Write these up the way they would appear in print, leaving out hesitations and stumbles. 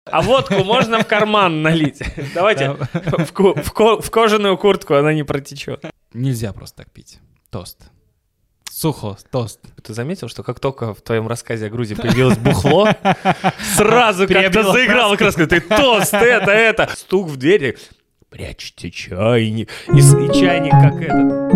А водку можно в карман налить? Давайте в кожаную куртку, она не протечет. Нельзя просто так пить. Тост. Сухо, тост. Ты заметил, что как только в твоем рассказе о Грузии появилось бухло, сразу как-то заиграла краска. Ты тост, это. Стук в двери. Прячьте чайник. И чайник как этот.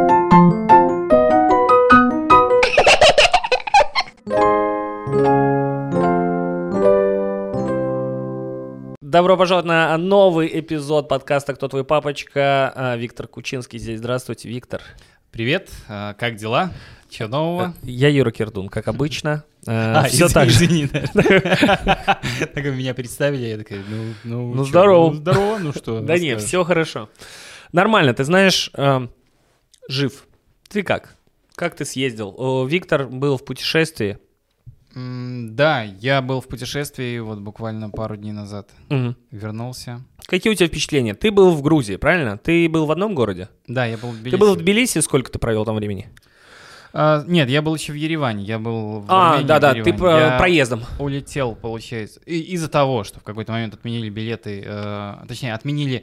Добро пожаловать на новый эпизод подкаста «Кто твой папочка?». Виктор Кучинский здесь. Здравствуйте, Виктор. Привет, как дела? Чего нового? Я Юра Кирдун, как обычно. Все так же. Извини. Так вы меня представили, я такая, здорово. Здорово, ну что? Да нет, все хорошо. Нормально, ты знаешь, жив. Ты как? Как ты съездил? Виктор был в путешествии. Да, я был в путешествии вот буквально пару дней назад. Вернулся. Какие у тебя впечатления? Ты был в Грузии, правильно? Ты был в одном городе? Да, я был в Тбилиси. Ты был в Тбилиси? Сколько ты провел там времени? Нет, я был еще в Ереване. Я был в Армении, да, в Ереване. Ты проездом. Улетел, получается. Из-за того, что в какой-то момент отменили билеты, точнее, отменили...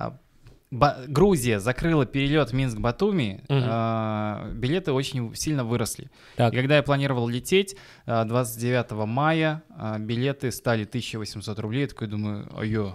Грузия закрыла перелет Минск-Батуми, билеты очень сильно выросли. Так. И когда я планировал лететь 29 мая, билеты стали 1800 рублей. Я такой думаю,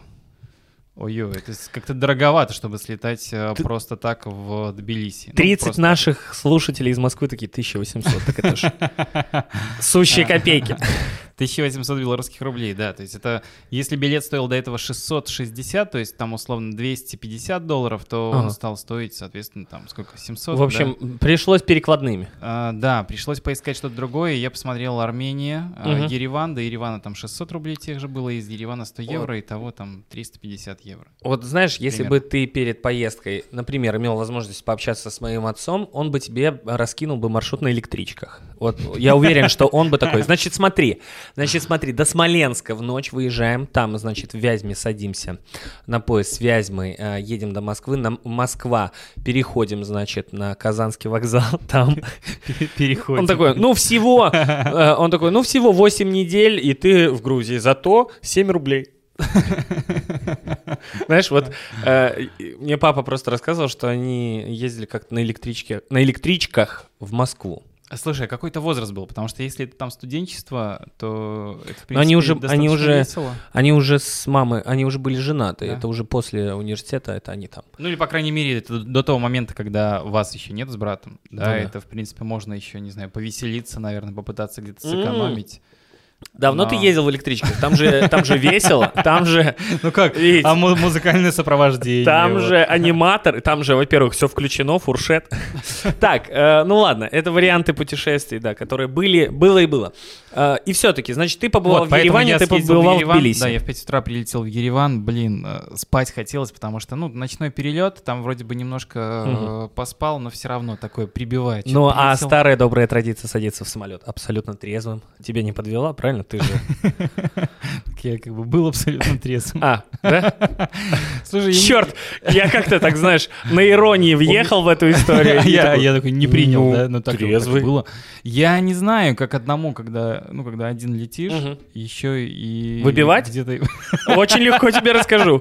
ой, это как-то дороговато, чтобы слетать просто так в Тбилиси. 30 наших слушателей из Москвы такие 1800, так это же сущие копейки. 1800 белорусских рублей, да, то есть это, если билет стоил до этого 660, то есть там условно $250, то он стал стоить, соответственно, там сколько, 700? В общем, да? Пришлось перекладными. Да, пришлось поискать что-то другое, я посмотрел Армения, Ереван, до Еревана там 600 рублей тех же было, из Еревана 100 евро, итого там 350 евро. Вот знаешь, если бы ты перед поездкой, например, имел возможность пообщаться с моим отцом, он бы тебе раскинул бы маршрут на электричках. Вот я уверен, что он бы такой, значит, смотри, до Смоленска в ночь выезжаем, там, значит, в Вязьме садимся на поезд с Вязьмы, едем до Москвы, Москва, переходим, значит, на Казанский вокзал, там переходим. Он такой, всего 8 недель, и ты в Грузии, зато 7 рублей. Знаешь, вот мне папа просто рассказывал, что они ездили как-то на электричках в Москву. Слушай, а какой-то возраст был? Потому что если это там студенчество, то это, в принципе, достаточно весело. Они уже с мамой, они уже были женаты, да? Это уже после университета, это они там. Ну или, по крайней мере, это до того момента, когда вас еще нет с братом. Да, это, в принципе, можно еще, не знаю, повеселиться, наверное, попытаться где-то сэкономить. Давно ты ездил в электричках? Там же весело, там же... Ну как, музыкальное сопровождение. Там же аниматор, там же, во-первых, все включено, фуршет. Так, ладно, это варианты путешествий, да, которые было и было. И все-таки, значит, ты побывал в Ереване, ты побывал в Тбилиси. Да, я в 5 утра прилетел в Ереван, спать хотелось, потому что, ночной перелет, там вроде бы немножко поспал, но все равно такое прибивает. Ну, а старая добрая традиция садиться в самолет абсолютно трезвым тебя не подвела, правильно? Ты же... Я как бы был абсолютно трезвым. Да? Слушай, черт, я как-то так, знаешь, на иронии въехал в эту историю. Я такой не принял, да, но так было. Я не знаю, как одному, когда один летишь, еще и... Выпивать? Где-то... Очень легко тебе расскажу.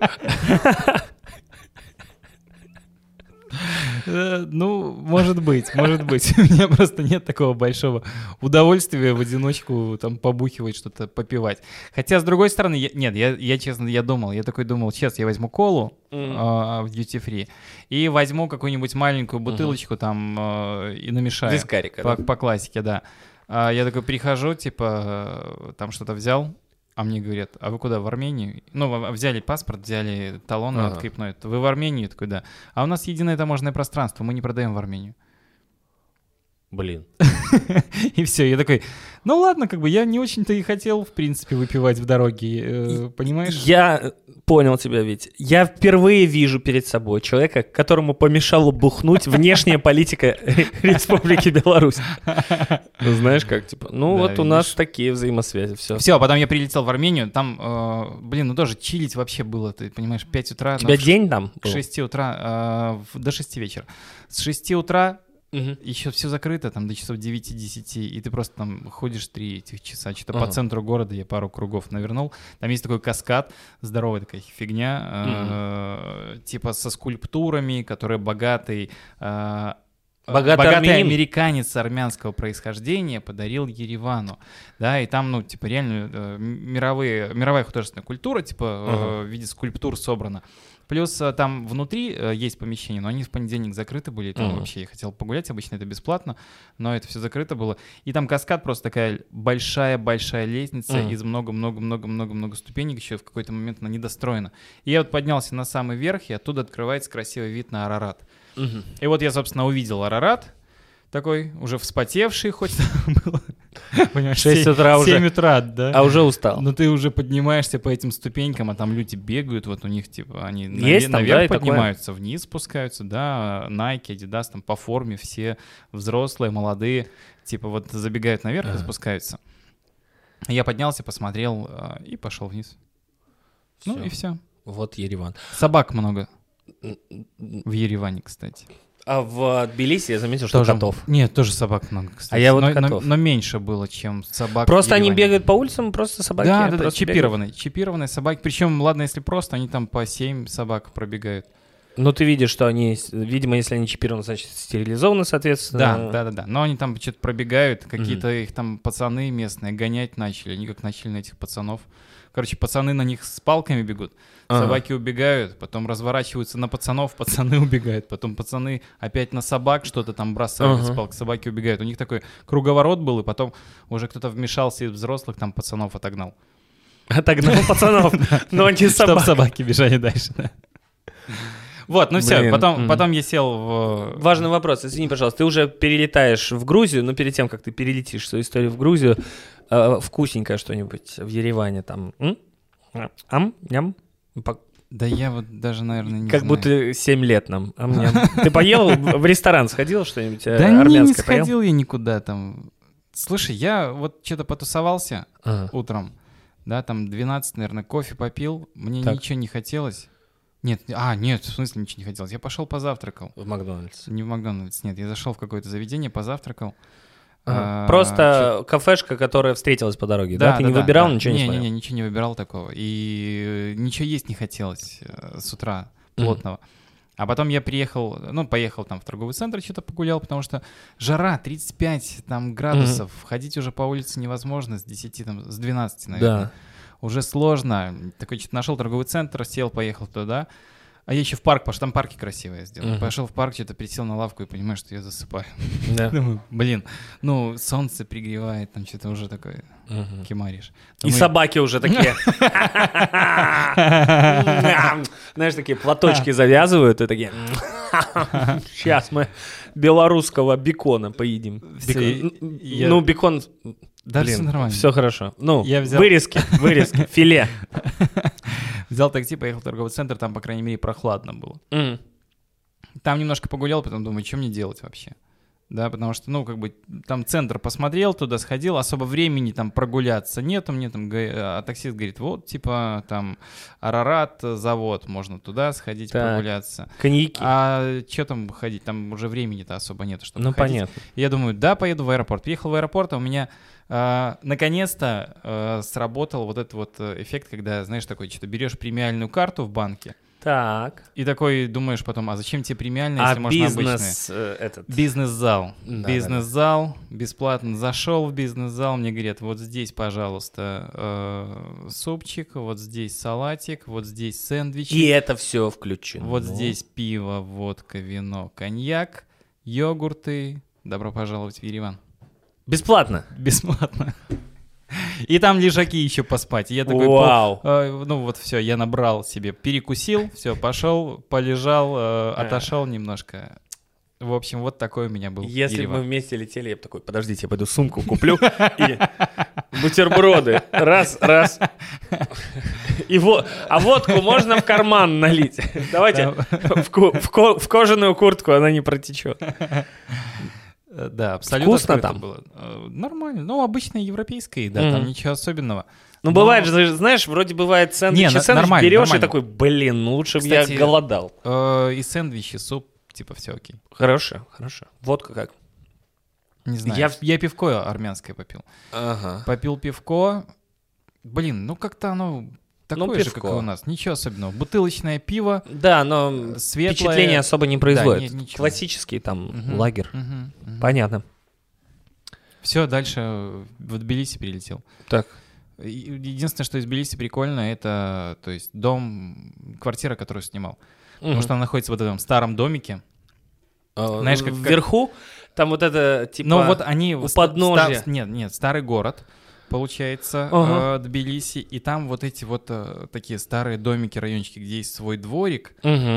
Может быть. У меня просто нет такого большого удовольствия в одиночку там побухивать, что-то попивать. Хотя, с другой стороны, я честно, я думал, сейчас я возьму колу в duty free и возьму какую-нибудь маленькую бутылочку там и намешаю. Вискарика, по классике, да. Я такой прихожу, типа, там что-то взял. А мне говорят, а вы куда, в Армению? Взяли паспорт, взяли талон открепной. Вы в Армению? Я такой, да. А у нас единое таможенное пространство, мы не продаем в Армению. Блин. И все, я такой, ладно, я не очень-то и хотел, в принципе, выпивать в дороге, понимаешь? Я понял тебя, ведь. Я впервые вижу перед собой человека, которому помешало бухнуть внешняя политика Республики Беларусь. Знаешь, как, у нас такие взаимосвязи, все. Все, а потом я прилетел в Армению, там, тоже чилить вообще было, ты понимаешь, 5 утра. У тебя день там был? 6 утра, до 6 вечера. С 6 утра еще все закрыто, там до часов 9-10, и ты просто там ходишь 3 этих часа, что-то по центру города я пару кругов навернул. Там есть такой каскад, здоровая такая фигня, типа со скульптурами, которые богатый американец армянского происхождения подарил Еревану, да, и там, ну, типа, реально мировая художественная культура, типа, в виде скульптур собрана. Плюс там внутри есть помещения, но они в понедельник закрыты были, и там вообще я хотел погулять, обычно это бесплатно, но это все закрыто было. И там каскад просто такая большая-большая лестница из много-много-много-много-много ступенек, еще в какой-то момент она недостроена. И я вот поднялся на самый верх, и оттуда открывается красивый вид на Арарат. И вот я, собственно, увидел Арарат, такой уже вспотевший хоть было. 6 утра уже. 7 утра, да. А уже устал. Но ты уже поднимаешься по этим ступенькам, а там люди бегают, вот у них, типа, они да, наверх поднимаются, вниз спускаются, да, Nike, Adidas, там по форме все взрослые, молодые, типа вот забегают наверх и спускаются. Я поднялся, посмотрел и пошел вниз. Всё. Ну и все. Вот Ереван. Собак много в Ереване, кстати. А в Тбилиси я заметил, что Тоже, котов. Нет, тоже собак много, кстати. А я вот котов. Но меньше было, чем собак. Просто в они Ереване. бегают по улицам, просто собаки. Да, просто чипированные собаки. Причем, ладно, если просто, они там по 7 собак пробегают. Ну, ты видишь, что они, видимо, если они чипированы, значит, стерилизованы, соответственно. Да. Но они там что-то пробегают, какие-то их там пацаны местные гонять начали. Они как начали на этих пацанов. Короче, пацаны на них с палками бегут, собаки убегают, потом разворачиваются на пацанов, пацаны убегают, потом пацаны опять на собак что-то там бросают с палок, собаки убегают. У них такой круговорот был, и потом уже кто-то вмешался из взрослых, там пацанов отогнал. Отогнал пацанов, но не собак. Чтоб собаки бежали дальше, да. Вот, ну все, потом я сел в... Важный вопрос, извини, пожалуйста, ты уже перелетаешь в Грузию, но перед тем, как ты перелетишь свою историю в Грузию, вкусненькое что-нибудь в Ереване там? Ням? Да я вот даже, наверное, не как знаю. будто 7 лет нам. Ты поел? В ресторан сходил что-нибудь Да армянское? не сходил я никуда там. Слушай, я вот что-то потусовался утром, да, там 12, наверное, кофе попил, мне ничего не хотелось. Нет, в смысле ничего не хотелось. Я пошел позавтракал. В Макдональдс. Не в Макдональдс, нет. Я зашел в какое-то заведение, позавтракал. Просто кафешка, которая встретилась по дороге, да? Ты не выбирал, ничего не смотрел? Не, ничего не выбирал такого. И ничего есть не хотелось с утра плотного. А потом я поехал там в торговый центр, что-то погулял, потому что жара 35 там, градусов. Ходить уже по улице невозможно с 10, там, с 12, наверное. Да. Уже сложно. Такой что-то нашел торговый центр, сел, поехал туда. А я еще в парк пошел, там парки красивые сделал. Пошел в парк, что-то присел на лавку и понимаю, что я засыпаю. Да. Думаю, солнце пригревает, там что-то уже такое кимаришь. И собаки уже такие. Знаешь, такие платочки завязывают и такие. Сейчас мы белорусского бекона поедим. Ну, бекон... Да, все нормально. Все хорошо. Ну, взял... вырезки, филе. Взял такси, поехал в торговый центр, там, по крайней мере, прохладно было. Там немножко погулял, потом думаю, что мне делать вообще? Да, потому что, там центр посмотрел, туда сходил, особо времени там прогуляться нету, мне там, а таксист говорит, вот, типа, там, Арарат, завод, можно туда сходить, прогуляться. Коньяки. А что там ходить? Там уже времени-то особо нету, чтобы ходить. Понятно. Я думаю, да, поеду в аэропорт. Приехал в аэропорт, а у меня наконец-то сработал вот этот вот эффект, когда, знаешь, такой, что-то берешь премиальную карту в банке, так. И такой думаешь потом, а зачем тебе премиальные, если можно обычные? Бизнес-зал. Да, бизнес-зал, бесплатно зашел в бизнес-зал, мне говорят, вот здесь, пожалуйста, супчик, вот здесь салатик, вот здесь сэндвичи. И это все включено. Вот здесь пиво, водка, вино, коньяк, йогурты. Добро пожаловать в Ереван. Бесплатно? Бесплатно. И там лежаки еще поспать. И я такой, вау. Все, я набрал себе, перекусил, все, пошел, полежал, отошел немножко. В общем, вот такой у меня был Если Ереван. бы мы вместе летели, я бы такой, подождите, я пойду сумку куплю и бутерброды. Раз. А водку можно в карман налить? Давайте в кожаную куртку, она не протечет. Да, абсолютно. Вкусно там? Было. Нормально. Обычная европейская еда, там ничего особенного. Бывает же, знаешь, вроде бывает сэндвич берешь и такой, лучше бы я голодал. И сэндвичи, суп, типа, все окей. Хорошо. Водка как? Не знаю. Я пивко армянское попил. Ага. Попил пивко. Блин, ну как-то оно такое же, как и у нас. Ничего особенного. Бутылочное пиво. Да, но светлое. Впечатление особо не производит. Да, ничего. Классический там лагерь. Понятно. Все, дальше в Тбилиси прилетел. Так. Единственное, что из Тбилиси прикольно, это, то есть, квартира, которую снимал. Потому что она находится в этом старом домике. Знаешь, как вверху, там вот это, типа, ну, вот они у подножия. Нет, старый город, получается, Тбилиси, и там вот эти вот такие старые домики, райончики, где есть свой дворик.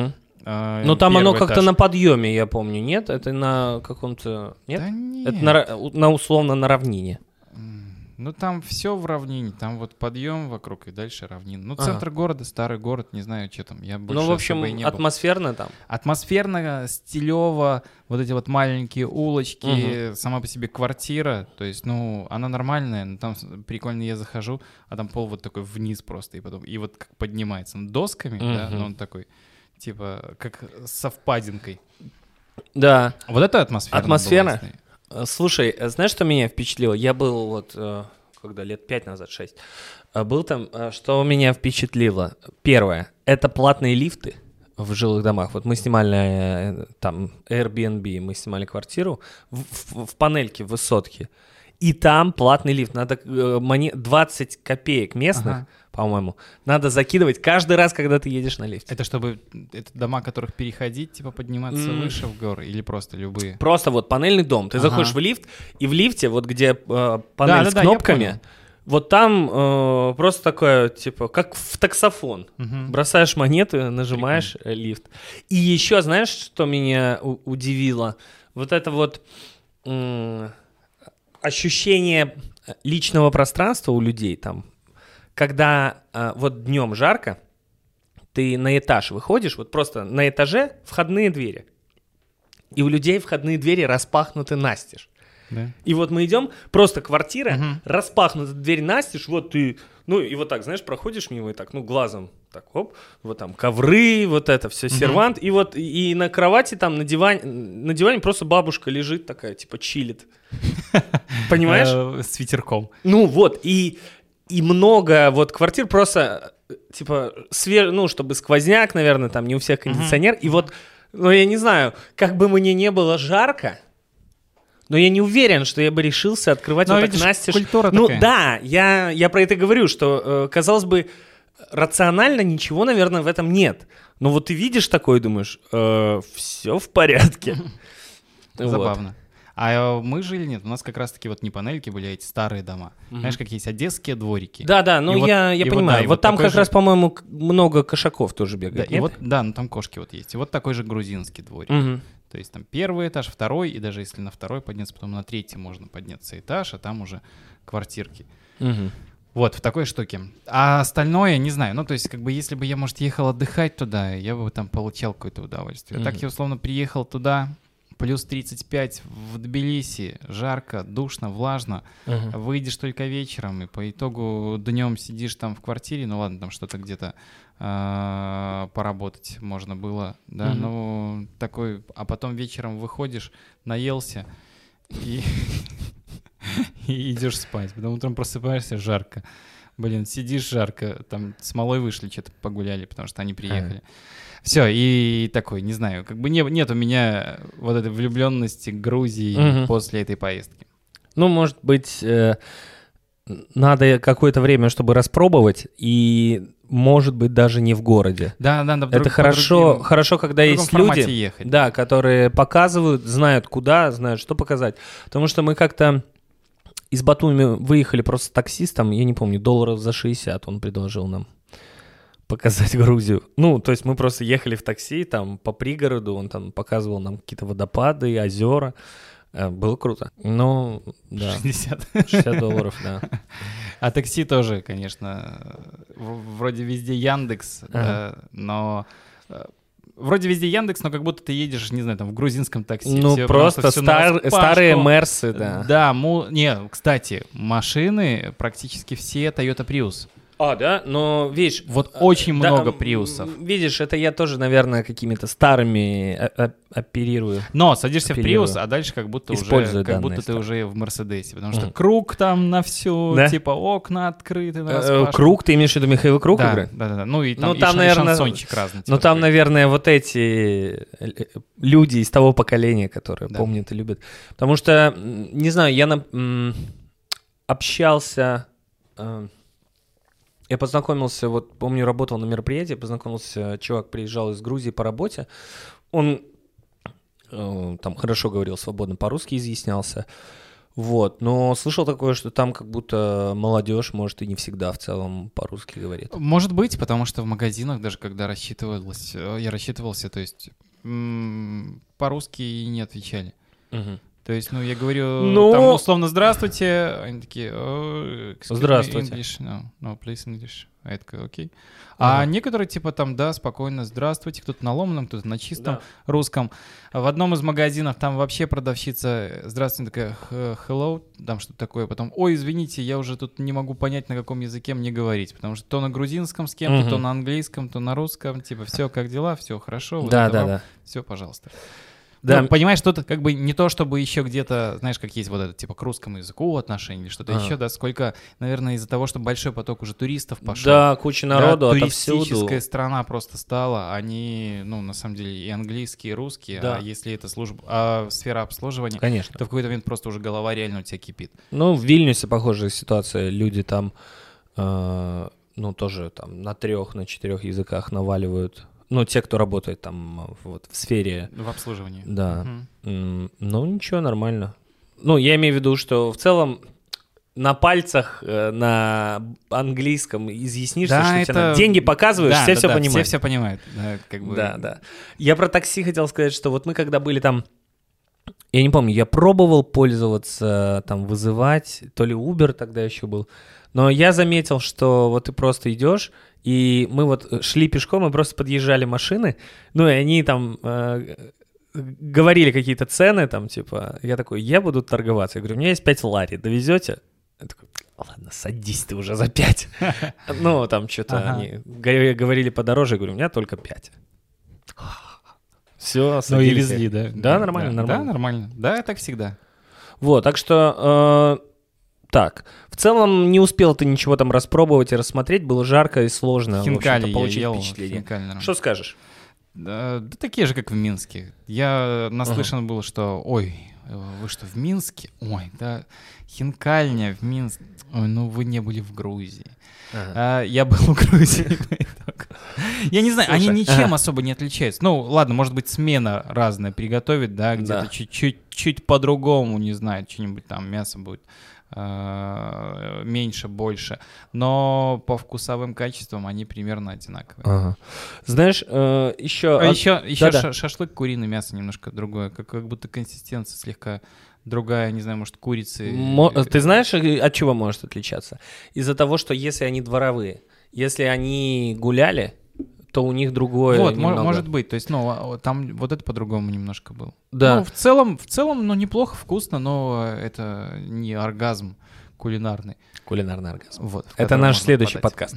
Но там оно как-то на подъеме, я помню, нет? Это на каком-то... Нет? Да нет. Это условно на равнине. Ну, там все в равнине, там вот подъем вокруг и дальше равнина. Ну, центр города, старый город, не знаю, что там, я больше в общем, особо и не был. атмосферно там? Атмосферно, стилево, вот эти вот маленькие улочки, сама по себе квартира, то есть, ну, она нормальная, но там прикольно, я захожу, а там пол вот такой вниз просто, и потом, и вот как поднимается, досками, да, но он такой, типа, как со впадинкой. Да. Вот это атмосферно. Атмосферно? Слушай, знаешь, что меня впечатлило? Я был вот, когда лет 5 назад, 6, был там, что меня впечатлило. Первое, это платные лифты в жилых домах. Вот мы снимали там Airbnb, мы снимали квартиру в панельке, в высотке. И там платный лифт. Надо 20 копеек местных, по-моему, надо закидывать каждый раз, когда ты едешь на лифте. Это чтобы это дома, которых переходить, типа подниматься выше в горы или просто любые? Просто вот панельный дом. Ты заходишь в лифт, и в лифте, вот где панель с кнопками, вот там просто такое, типа, как в таксофон. Бросаешь монеты, нажимаешь лифт. И еще, знаешь, что меня удивило? Вот это вот... ощущение личного пространства у людей там, когда вот днем жарко, ты на этаж выходишь, вот просто на этаже входные двери, и у людей входные двери распахнуты настежь. Да. И вот мы идем, просто квартира, распахнута дверь настежь, вот ты, ну и вот так, знаешь, проходишь мимо и так, ну глазом так, оп, вот там ковры, вот это все, сервант, и вот и на кровати там на диване просто бабушка лежит такая, типа чилит. Понимаешь? С ветерком. Ну вот, и много вот квартир просто, типа, ну, чтобы сквозняк, наверное, там не у всех кондиционер. И вот, ну, я не знаю, как бы мне не было жарко, но я не уверен, что я бы решился открывать вот так настежь. Культура ну, такая. Да, я про это говорю, что, казалось бы, рационально ничего, наверное, в этом нет. Но вот ты видишь такое и думаешь, все в порядке. Забавно. А мы жили, нет, у нас как раз-таки вот не панельки были, а эти старые дома. Знаешь, как есть одесские дворики. Да, ну я понимаю. Вот там как раз, по-моему, много кошаков тоже бегает. Да, ну там кошки вот есть. И вот такой же грузинский дворик. То есть там первый этаж, второй, и даже если на второй подняться, потом на третий можно подняться этаж, а там уже квартирки. Вот, в такой штуке. А остальное, не знаю, ну, то есть, как бы, если бы я, может, ехал отдыхать туда, я бы там получал какое-то удовольствие. Так я, условно, приехал туда, плюс 35 в Тбилиси, жарко, душно, влажно, выйдешь только вечером, и по итогу днем сидишь там в квартире, ну, ладно, там что-то где-то поработать можно было, да, ну, такой, а потом вечером выходишь, наелся, и идешь спать. Потом утром просыпаешься, жарко. Блин, сидишь жарко, там с малой вышли, что-то погуляли, потому что они приехали. Все, и такой, не знаю, как бы нет у меня вот этой влюбленности к Грузии после этой поездки. Ну, может быть, надо какое-то время, чтобы распробовать, и, может быть, даже не в городе. Да, это хорошо, когда есть люди, ехать. Да, которые показывают, знают куда, знают, что показать. Потому что мы как-то из Батуми выехали просто с таксистом, я не помню, $60 за 60 он предложил нам показать Грузию. Ну, то есть мы просто ехали в такси там по пригороду, он там показывал нам какие-то водопады, озера. Было круто. Ну, да. $60, да. А такси тоже, конечно, вроде везде Яндекс, но... Вроде везде Яндекс, но как будто ты едешь, не знаю, там в грузинском такси. Ну, все просто старые Мерсы, да. Да, кстати, машины практически все Toyota Prius. Да? Но, видишь... Вот очень много приусов. Видишь, это я тоже, наверное, какими-то старыми оперирую. Но садишься в приус, а дальше как будто ты уже в Мерседесе. Потому что круг там на всю, типа окна открыты. Круг, ты имеешь в виду Михаила Круг игры? Да. Ну и там наверное, шансончик разный. Ну там, наверное, вот эти люди из того поколения, которые помнят и любят. Потому что, не знаю, я общался... Я познакомился, вот помню, работал на мероприятии, познакомился, чувак приезжал из Грузии по работе, он там хорошо говорил свободно по-русски, изъяснялся, вот, но слышал такое, что там как будто молодежь, может, и не всегда в целом по-русски говорит. Может быть, потому что в магазинах, даже когда я рассчитывался, то есть по-русски и не отвечали. Угу. То есть, я говорю, там условно «здравствуйте», они такие «Здравствуйте». English, no, please English. А я такой, окей. А некоторые типа там, спокойно «здравствуйте», кто-то на ломаном, кто-то на чистом русском. В одном из магазинов там вообще продавщица «здравствуйте», такая «hello», там что-то такое, потом «ой, извините, я уже тут не могу понять, на каком языке мне говорить», потому что то на грузинском с кем-то, то на английском, то на русском, типа «все, как дела, все хорошо, да. все, пожалуйста». Да. Ну, понимаешь, тут как бы не то, чтобы еще где-то, знаешь, как есть вот это, типа, к русскому языку отношение или что-то еще, сколько, наверное, из-за того, что большой поток уже туристов пошел. Да, куча народу отовсюду. Туристическая страна просто стала, они, на самом деле, и английские, и русские, а если это сфера обслуживания, конечно, то в какой-то момент просто уже голова реально у тебя кипит. В Вильнюсе похожая ситуация, люди там, тоже там на 3-4 языках наваливают. Те, кто работает там вот в сфере... В обслуживании. Да. Ничего, нормально. Я имею в виду, что в целом на пальцах на английском изъяснишься, что тебе надо. Деньги показываешь, все понимают. Все понимают. Да. Я про такси хотел сказать, что вот мы когда были там... Я не помню, я пробовал пользоваться, там, вызывать, то ли Uber тогда еще был, но я заметил, что вот ты просто идешь, и мы вот шли пешком, и просто подъезжали машины, и они там говорили какие-то цены, там, типа, я такой, я буду торговаться, я говорю, у меня есть 5 лари, довезете? Я такой, ладно, садись ты уже за 5. Там что-то они говорили подороже, я говорю, у меня только 5. Все, и везли, да? Да, нормально. Да, нормально. Да, так всегда. Вот, так что... Так, в целом не успел ты ничего там распробовать и рассмотреть, было жарко и сложно. Хинкали я получить ел. Впечатление. Что скажешь? Да такие же, как в Минске. Я наслышан был, что, ой, вы что, в Минске? Ой, да, хинкальня в Минске. Ой, вы не были в Грузии. Я был в Грузии. Я не знаю, они ничем особо не отличаются. Ладно, может быть, смена разная приготовить, да, где-то чуть по-другому, не знаю, что-нибудь там, мясо будет меньше, больше, но по вкусовым качествам они примерно одинаковые. Знаешь, еще... Еще шашлык, куриное мясо немножко другое, как будто консистенция слегка другая, не знаю, может, курицы... Ты знаешь, от чего может отличаться? Из-за того, что если они дворовые, если они гуляли, то у них другое немного. Может быть. То есть, там вот это по-другому немножко было. Да. В целом, неплохо, вкусно, но это не оргазм кулинарный. Кулинарный оргазм. Вот, это наш следующий подкаст.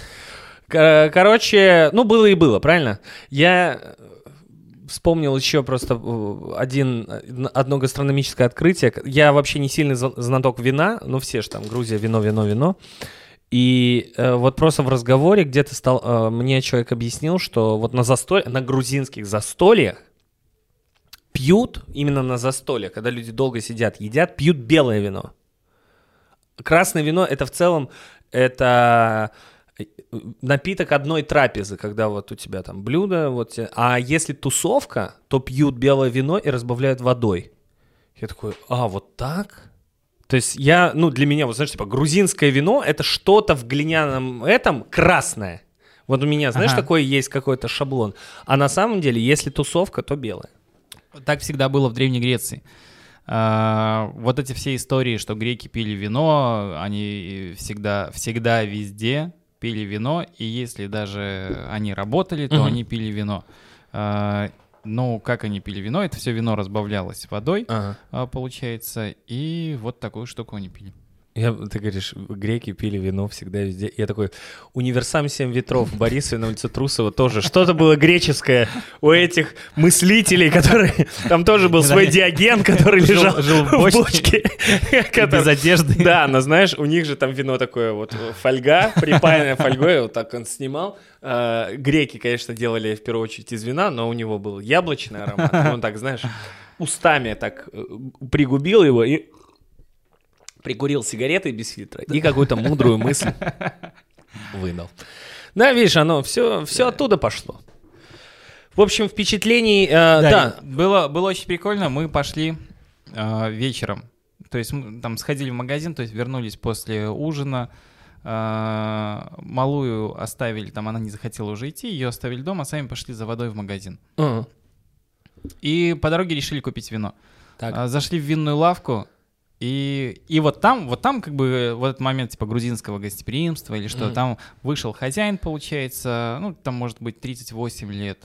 Короче, было и было, правильно? Я вспомнил еще просто одно гастрономическое открытие. Я вообще не сильный знаток вина, все же там Грузия, вино. И вот просто в разговоре где-то мне человек объяснил, что вот на грузинских застольях пьют, именно на застольях, когда люди долго сидят, едят, пьют белое вино. Красное вино — это в целом это напиток одной трапезы, когда вот у тебя там блюдо, а если тусовка, то пьют белое вино и разбавляют водой. Я такой, вот так? То есть для меня, вот знаешь, типа грузинское вино — это что-то в глиняном красное. Вот у меня, знаешь, такой есть какой-то шаблон. А на самом деле, если тусовка, то белое. Так всегда было в Древней Греции. Вот эти все истории, что греки пили вино, они всегда везде пили вино, и если даже они работали, то они пили вино. Как они пили вино? Это все вино разбавлялось водой, получается, и вот такую штуку они пили. Ты говоришь, греки пили вино всегда везде. Я такой, универсам 7 ветров, Борисова на улице Трусова тоже. Что-то было греческое у этих мыслителей, которые... Там тоже был свой Диоген, который лежал в бочке. Без одежды. Да, но знаешь, у них же там вино такое вот, фольга, припаянная фольгой, вот так он снимал. Греки, конечно, делали в первую очередь из вина, но у него был яблочный аромат. Он так, знаешь, устами так пригубил его и... Прикурил сигаретой без фильтра и какую-то мудрую мысль выдал. Да, видишь, оно все оттуда пошло. В общем, впечатлений... Да. Было очень прикольно. Мы пошли вечером. То есть мы там сходили в магазин, то есть вернулись после ужина. Малую оставили, там она не захотела уже идти, ее оставили дома, а сами пошли за водой в магазин. И по дороге решили купить вино. Зашли в винную лавку. И вот там как бы в этот момент типа грузинского гостеприимства или что, там вышел хозяин, получается, ну, там может быть 38 лет,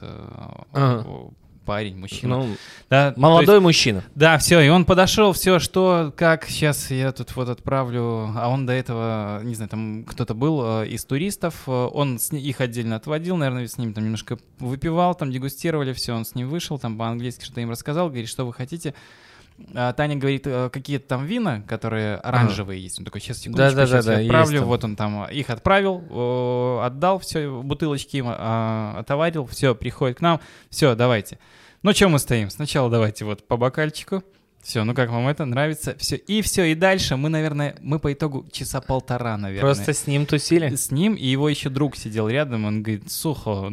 парень, мужчина. Ну, да, молодой мужчина. Да, все, и он подошел, все, что, как, сейчас я тут вот отправлю, а он до этого, не знаю, там кто-то был из туристов, он их отдельно отводил, наверное, с ним там немножко выпивал, там дегустировали, все, он с ним вышел, там по-английски что-то им рассказал, говорит, что вы хотите. Таня говорит, какие-то там вина, которые оранжевые есть. Он такой, сейчас, секундочку, сейчас я отправлю. Вот он там их отправил, отдал, все, бутылочки им отоварил, все, приходит к нам, все, давайте. Ну, что мы стоим? Сначала давайте вот по бокальчику. Все, ну как вам это нравится? Все, и дальше мы, наверное, по итогу часа полтора, наверное. Просто с ним тусили? С ним, и его еще друг сидел рядом, он говорит, Сухо,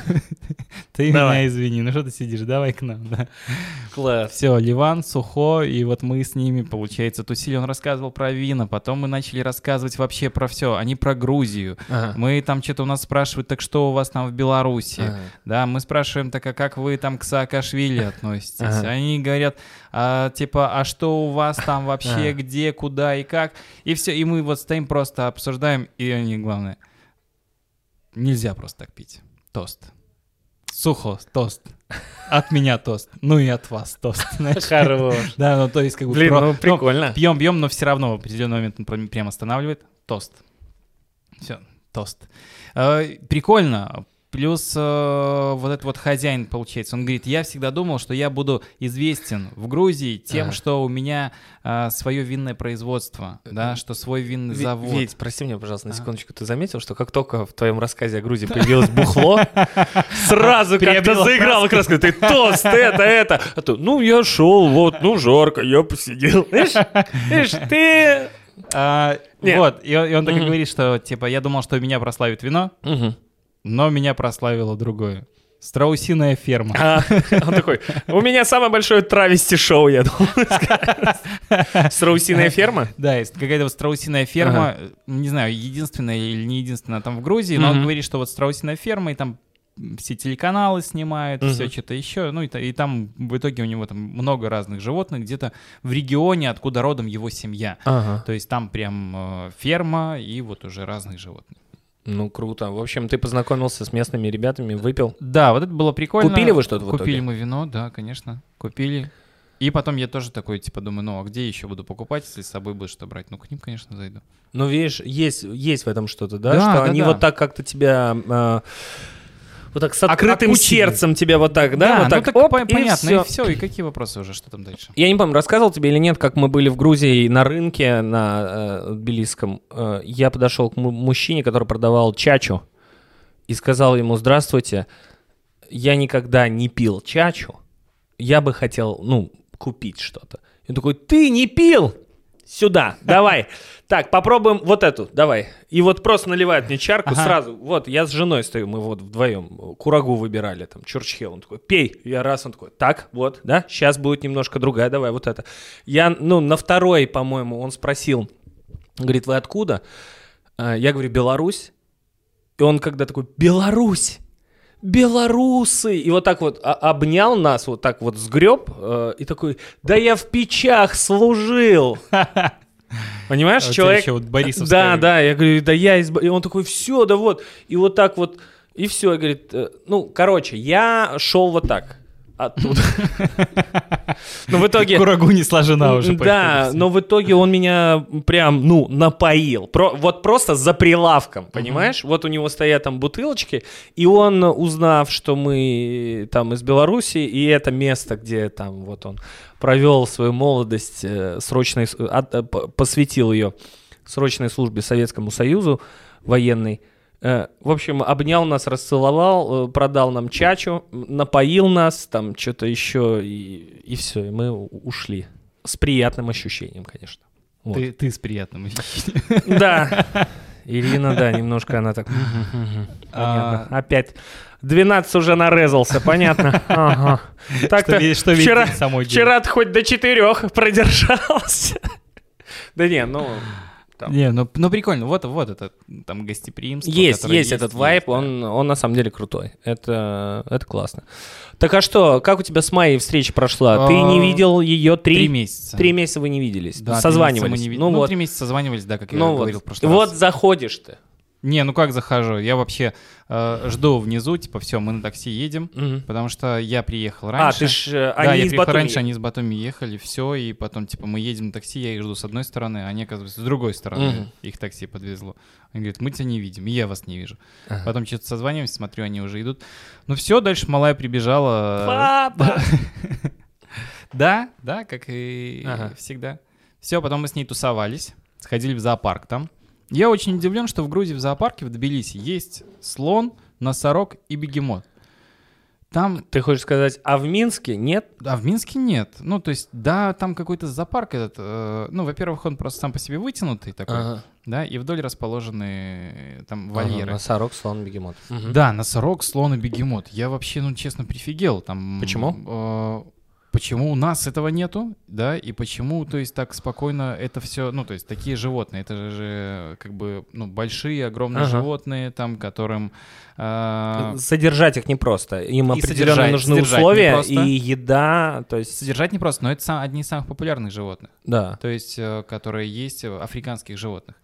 ты меня извини, ну что ты сидишь, давай к нам, да. Класс. Все, Ливан, Сухо, и вот мы с ними, получается, тусили, он рассказывал про вина, потом мы начали рассказывать вообще про все, они про Грузию. Мы там что-то у нас спрашивают, так что у вас там в Беларуси? Да, мы спрашиваем, так а как вы там к Саакашвили относитесь? Они говорят, типа, а что у вас там вообще, где, куда и как? И все, и мы вот стоим просто обсуждаем, и они, главное, нельзя просто так пить. Тост. Сухо, тост. От меня тост. Ну и от вас тост. Хорош. Да, ну то есть как бы... Блин, ну прикольно. Пьем, но все равно в определенный момент он прям останавливает. Тост. Все, тост. Прикольно. Плюс вот этот вот хозяин, получается, он говорит, я всегда думал, что я буду известен в Грузии тем, что у меня свое винное производство, да, что свой винный завод. Ведь, прости меня, пожалуйста, на секундочку, ты заметил, что как только в твоем рассказе о Грузии появилось бухло, сразу как-то заиграл краска, ты тост, это. А то, ну, я шел, вот, ну, жарко, я посидел. Видишь, ты... Вот, и он так и говорит, что, типа, я думал, что меня прославит вино, но меня прославило другое. Страусиная ферма. Он такой, у меня самое большое травести-шоу, я думал. Страусиная ферма? Да, есть какая-то вот страусиная ферма, не знаю, единственная или не единственная там в Грузии, но он говорит, что вот страусиная ферма, и там все телеканалы снимают, все что-то еще, ну и там в итоге у него там много разных животных, где-то в регионе, откуда родом его семья. То есть там прям ферма и вот уже разных животных. Ну, круто. В общем, ты познакомился с местными ребятами, выпил. Да, вот это было прикольно. Купили вы что-то в итоге? Купили мы вино, да, конечно, купили. И потом я тоже такой, типа, думаю, ну, а где еще буду покупать, если с собой будет что брать? Ну, к ним, конечно, зайду. Ну, видишь, есть в этом что-то, да? Что они вот так как-то тебя... Вот так с открытым сердцем тебя вот так, да? Вот так, так, оп, понятно, и все. И какие вопросы уже, что там дальше? Я не помню, рассказывал тебе или нет, как мы были в Грузии на рынке на Тбилисском. Я подошел к мужчине, который продавал чачу, и сказал ему: здравствуйте, я никогда не пил чачу, я бы хотел, купить что-то. И он такой: ты не пил? Сюда, давай. Так, попробуем вот эту, давай. И вот просто наливает мне чарку сразу. Вот, я с женой стою, мы вот вдвоем курагу выбирали, там, чурчхел. Он такой: пей. Я раз, он такой: так, вот, да, сейчас будет немножко другая, давай, вот это. Я, на второй, по-моему, он спросил, говорит: вы откуда? Я говорю: Беларусь. И он когда такой: Беларусь. Белорусы! И вот так вот обнял нас, вот так вот сгреб, и такой: да я в Печах служил! Понимаешь, человек... Еще вот Борисовская. Да, я говорю: да я из... И он такой: все, да вот. И вот так вот, и все. И говорит: короче, я шел вот так. оттуда. Но в итоге... Курагу не сложена уже. Да, но в итоге он меня прям, напоил. Вот просто за прилавком, понимаешь? Вот у него стоят там бутылочки, и он, узнав, что мы там из Беларуси, и это место, где там вот он провел свою молодость, посвятил ее срочной службе Советскому Союзу военной, в общем, обнял нас, расцеловал, продал нам чачу, напоил нас, там что-то еще, и все, и мы ушли. С приятным ощущением, конечно. Вот. Ты с приятным ощущением. Да. Ирина, да, немножко она так... Понятно. Опять 12 уже нарезался, понятно. Ага. Так-то вчера-то хоть до 4 продержался. Да не, Там. Не, ну прикольно, вот это там гостеприимство. Есть этот вайб, он на самом деле крутой. Это классно. Так а что, как у тебя с Майей встреча прошла? Ты не видел ее 3 месяца. 3 месяца вы не виделись, да, созванивались. 3 месяца созванивались, да, как я говорил в прошлый раз. Вот заходишь ты. Не, ну как захожу? Я вообще жду внизу, типа, все, мы на такси едем, потому что я приехал раньше. Ты ж... Да, я приехал раньше, они из Батуми ехали, все, и потом, типа, мы едем на такси, я их жду с одной стороны, а они, оказывается, с другой стороны. Их такси подвезло. Они говорят, мы тебя не видим, и я вас не вижу. Потом что-то созваниваемся, смотрю, они уже идут. Ну все, дальше малая прибежала. Папа! Да, как и всегда. Все, потом мы с ней тусовались, сходили в зоопарк там. Я очень удивлен, что в Грузии в зоопарке в Тбилиси есть слон, носорог и бегемот. Там... Ты хочешь сказать, а в Минске нет? А в Минске нет. Ну, то есть, да, там какой-то зоопарк этот. Во-первых, он просто сам по себе вытянутый такой, да, и вдоль расположены там вольеры. Носорог, слон, бегемот. Да, носорог, слон и бегемот. Я вообще, честно, прифигел. Там, почему? Почему у нас этого нету, да, и почему, то есть, так спокойно это все, то есть, такие животные, это же, как бы, большие, огромные животные, там, которым... Содержать их непросто, им определенно нужны условия и еда, то есть... Содержать непросто, но это одни из самых популярных животных, да, то есть, которые есть, африканских животных.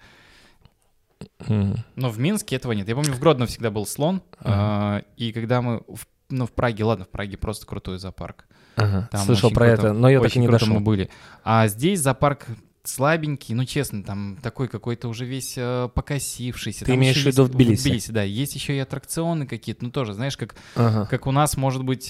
Но в Минске этого нет. Я помню, в Гродно всегда был слон, и когда мы, в Праге, в Праге просто крутой зоопарк. Слышал про это, но я так и не дошел. Мы были. А здесь зоопарк слабенький, честно, там такой какой-то уже весь покосившийся. Ты имеешь в виду в Тбилиси? В Тбилиси, да. Есть еще и аттракционы какие-то, тоже, знаешь, как у нас, может быть,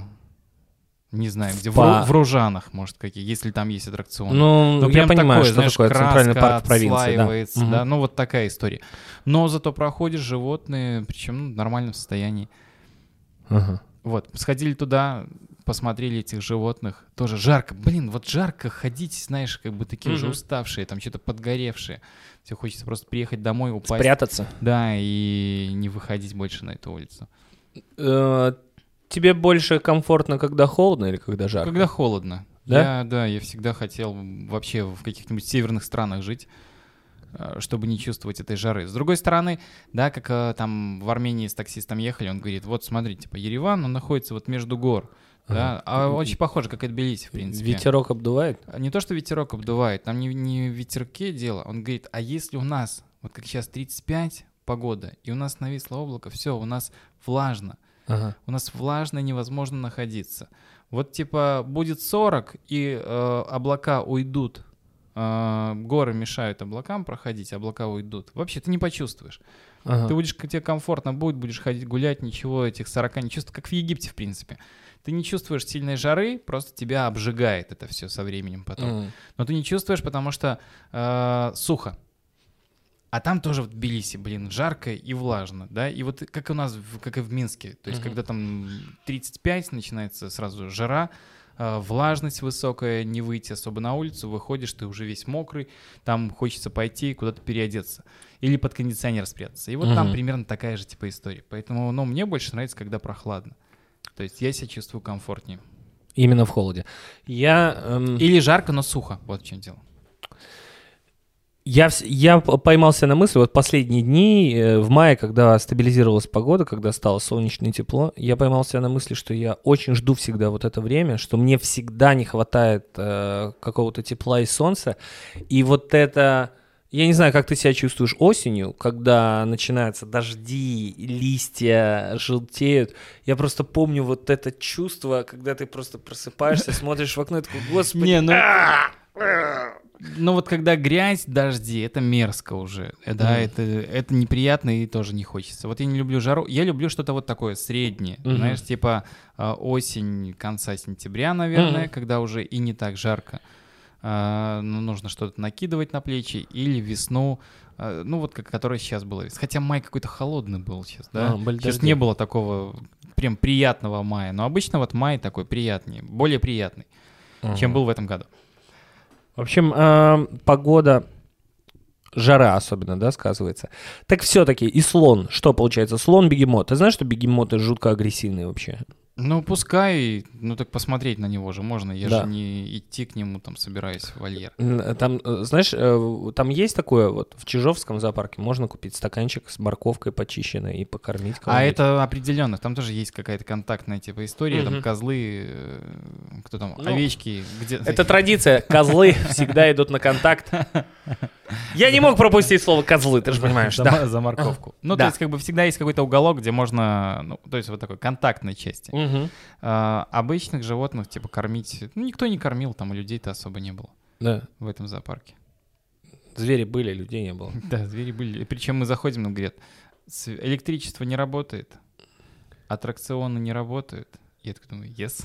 не знаю, где в Ружанах, может, какие, если там есть аттракционы. Я понимаю, что знаешь, такое центральный парк провинции. Да. Вот такая история. Но зато проходишь животные, причем в нормальном состоянии. Вот, сходили туда, посмотрели этих животных. Тоже жарко. Вот жарко ходить, знаешь, как бы такие уже уставшие, там что-то подгоревшие. Все хочется просто приехать домой, упасть. Спрятаться. Да, и не выходить больше на эту улицу. Тебе больше комфортно, когда холодно или когда жарко? Когда холодно. Да? Я всегда хотел вообще в каких-нибудь северных странах жить, чтобы не чувствовать этой жары. С другой стороны, да, как там в Армении с таксистом ехали, он говорит, вот смотрите, Ереван, он находится вот между гор, да, очень похоже, как и Тбилиси, в принципе. Ветерок обдувает? Не то, что ветерок обдувает, там не в ветерке дело, он говорит, а если у нас, вот как сейчас 35 погода, и у нас нависло облако, все, у нас влажно, у нас влажно, невозможно находиться. Вот типа будет 40, и облака уйдут, горы мешают облакам проходить, облака уйдут. Вообще ты не почувствуешь. Ты будешь, тебе комфортно будет, будешь ходить гулять, ничего, этих 40 не чувствуешь, как в Египте, в принципе. Ты не чувствуешь сильной жары, просто тебя обжигает это все со временем потом. Но ты не чувствуешь, потому что сухо. А там тоже в Тбилиси, жарко и влажно, да, и вот как у нас, как и в Минске, то есть когда там 35 начинается сразу жара, влажность высокая, не выйти особо на улицу, выходишь, ты уже весь мокрый, там хочется пойти куда-то переодеться или под кондиционер спрятаться. И вот там примерно такая же типа история. Поэтому, мне больше нравится, когда прохладно. То есть я себя чувствую комфортнее. Именно в холоде. Или жарко, но сухо, вот в чем дело. Я поймался на мысли, вот последние дни, в мае, когда стабилизировалась погода, когда стало солнечно и тепло, я поймался на мысли, что я очень жду всегда вот это время, что мне всегда не хватает какого-то тепла и солнца, и вот это Я не знаю, как ты себя чувствуешь осенью, когда начинаются дожди, листья желтеют. Я просто помню вот это чувство, когда ты просто просыпаешься, смотришь в окно и такой, господи. Не, ну вот когда грязь, дожди, это мерзко уже. Да, это неприятно и тоже не хочется. Вот я не люблю жару. Я люблю что-то вот такое среднее. Знаешь, типа осень, конца сентября, наверное, когда уже и не так жарко. Нужно что-то накидывать на плечи, или весну, ну вот которая сейчас была. Хотя май какой-то холодный был сейчас, да? Сейчас не было такого прям приятного мая, но обычно вот май такой приятнее, более приятный, чем был в этом году. В общем, погода, жара особенно, да, сказывается. Так все-таки и слон, что получается? Слон-бегемот. Ты знаешь, что бегемоты жутко агрессивные вообще? Ну, пускай, ну так посмотреть на него же можно, я же не идти к нему, там, собираюсь в вольер. Там, знаешь, там есть такое, вот в Чижовском зоопарке можно купить стаканчик с морковкой почищенной и покормить кого-нибудь. А это определенно, там тоже есть какая-то контактная типа история, там козлы, кто там, овечки. Это традиция, козлы всегда идут на контакт. Я не мог пропустить слово «козлы», ты же понимаешь. За морковку. Ну, то есть как бы всегда есть какой-то уголок, где можно, ну, то есть вот такой контактной части. Обычных животных, типа, кормить... Ну, никто не кормил, там и людей-то особо не было в этом зоопарке. Звери были, людей не было. Да, звери были. Причем мы заходим, нам говорят, электричество не работает, аттракционы не работают. Я такой думаю, yes.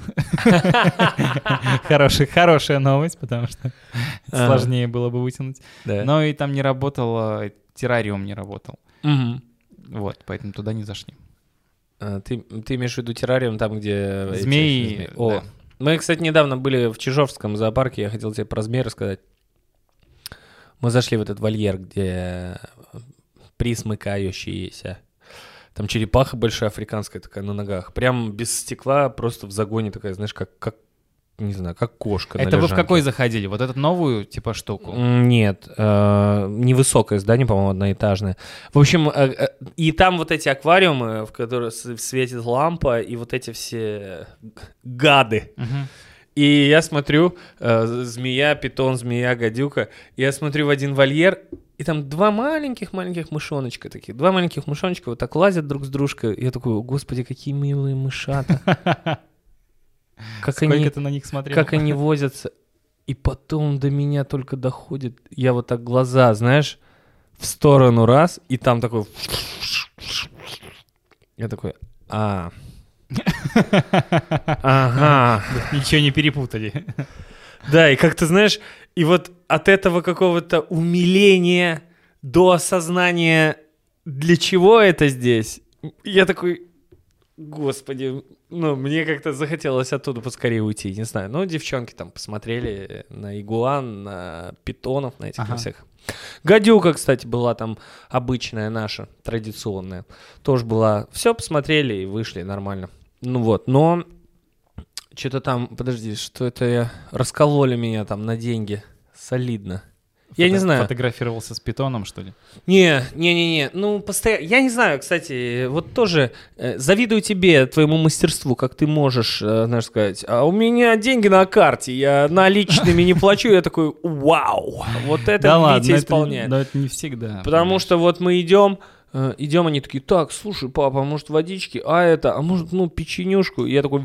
Хорошая новость, потому что сложнее было бы вытянуть. Но и там не работал, террариум не работал. Вот, поэтому туда не зашли. Ты имеешь в виду террариум там, где... Змеи. Да. Мы, кстати, недавно были в Чижовском зоопарке, я хотел тебе про змей рассказать. Мы зашли в этот вольер, где присмыкающиеся. Там черепаха большая африканская такая на ногах. Прям без стекла, просто в загоне такая, знаешь, как не знаю, как кошка на Это лежанке. вы в какой заходили? Вот эту новую, типа, штуку? Нет, невысокое здание, по-моему, одноэтажное. В общем, и там вот эти аквариумы, в которых светит лампа, и вот эти все гады. И я смотрю, змея, питон, змея, гадюка. Я смотрю в один вольер, и там два маленьких мышоночка таких. Два маленьких мышоночка вот так лазят друг с дружкой. И я такой, господи, какие милые мышата. Сколько ты на них смотрел? Как они возятся. И потом до меня только доходит. Я вот так глаза, знаешь, в сторону раз, и там такой... Я такой, ага. Ничего не перепутали. Да, и как ты знаешь, и вот от этого какого-то умиления до осознания, для чего это здесь, я такой... Господи, ну, мне как-то захотелось оттуда поскорее уйти, не знаю. Ну, девчонки там посмотрели на игуан, на питонов, на этих всех. Гадюка, кстати, была там обычная наша, традиционная. Тоже была. Все посмотрели и вышли нормально. Ну вот, но что-то там, подожди, что это я... Раскололи меня там на деньги. Солидно. Я не знаю. Фотографировался с питоном, что ли? Не. Ну, постоянно. Я не знаю, кстати, вот тоже завидую тебе, твоему мастерству, как ты можешь, знаешь, сказать, а у меня деньги на карте, я наличными не плачу, я такой, вау, вот это Витя исполняет. Да, это не всегда. Потому что вот мы идем, они такие, так, слушай, папа, а может водички, а может, ну, печенюшку, и я такой,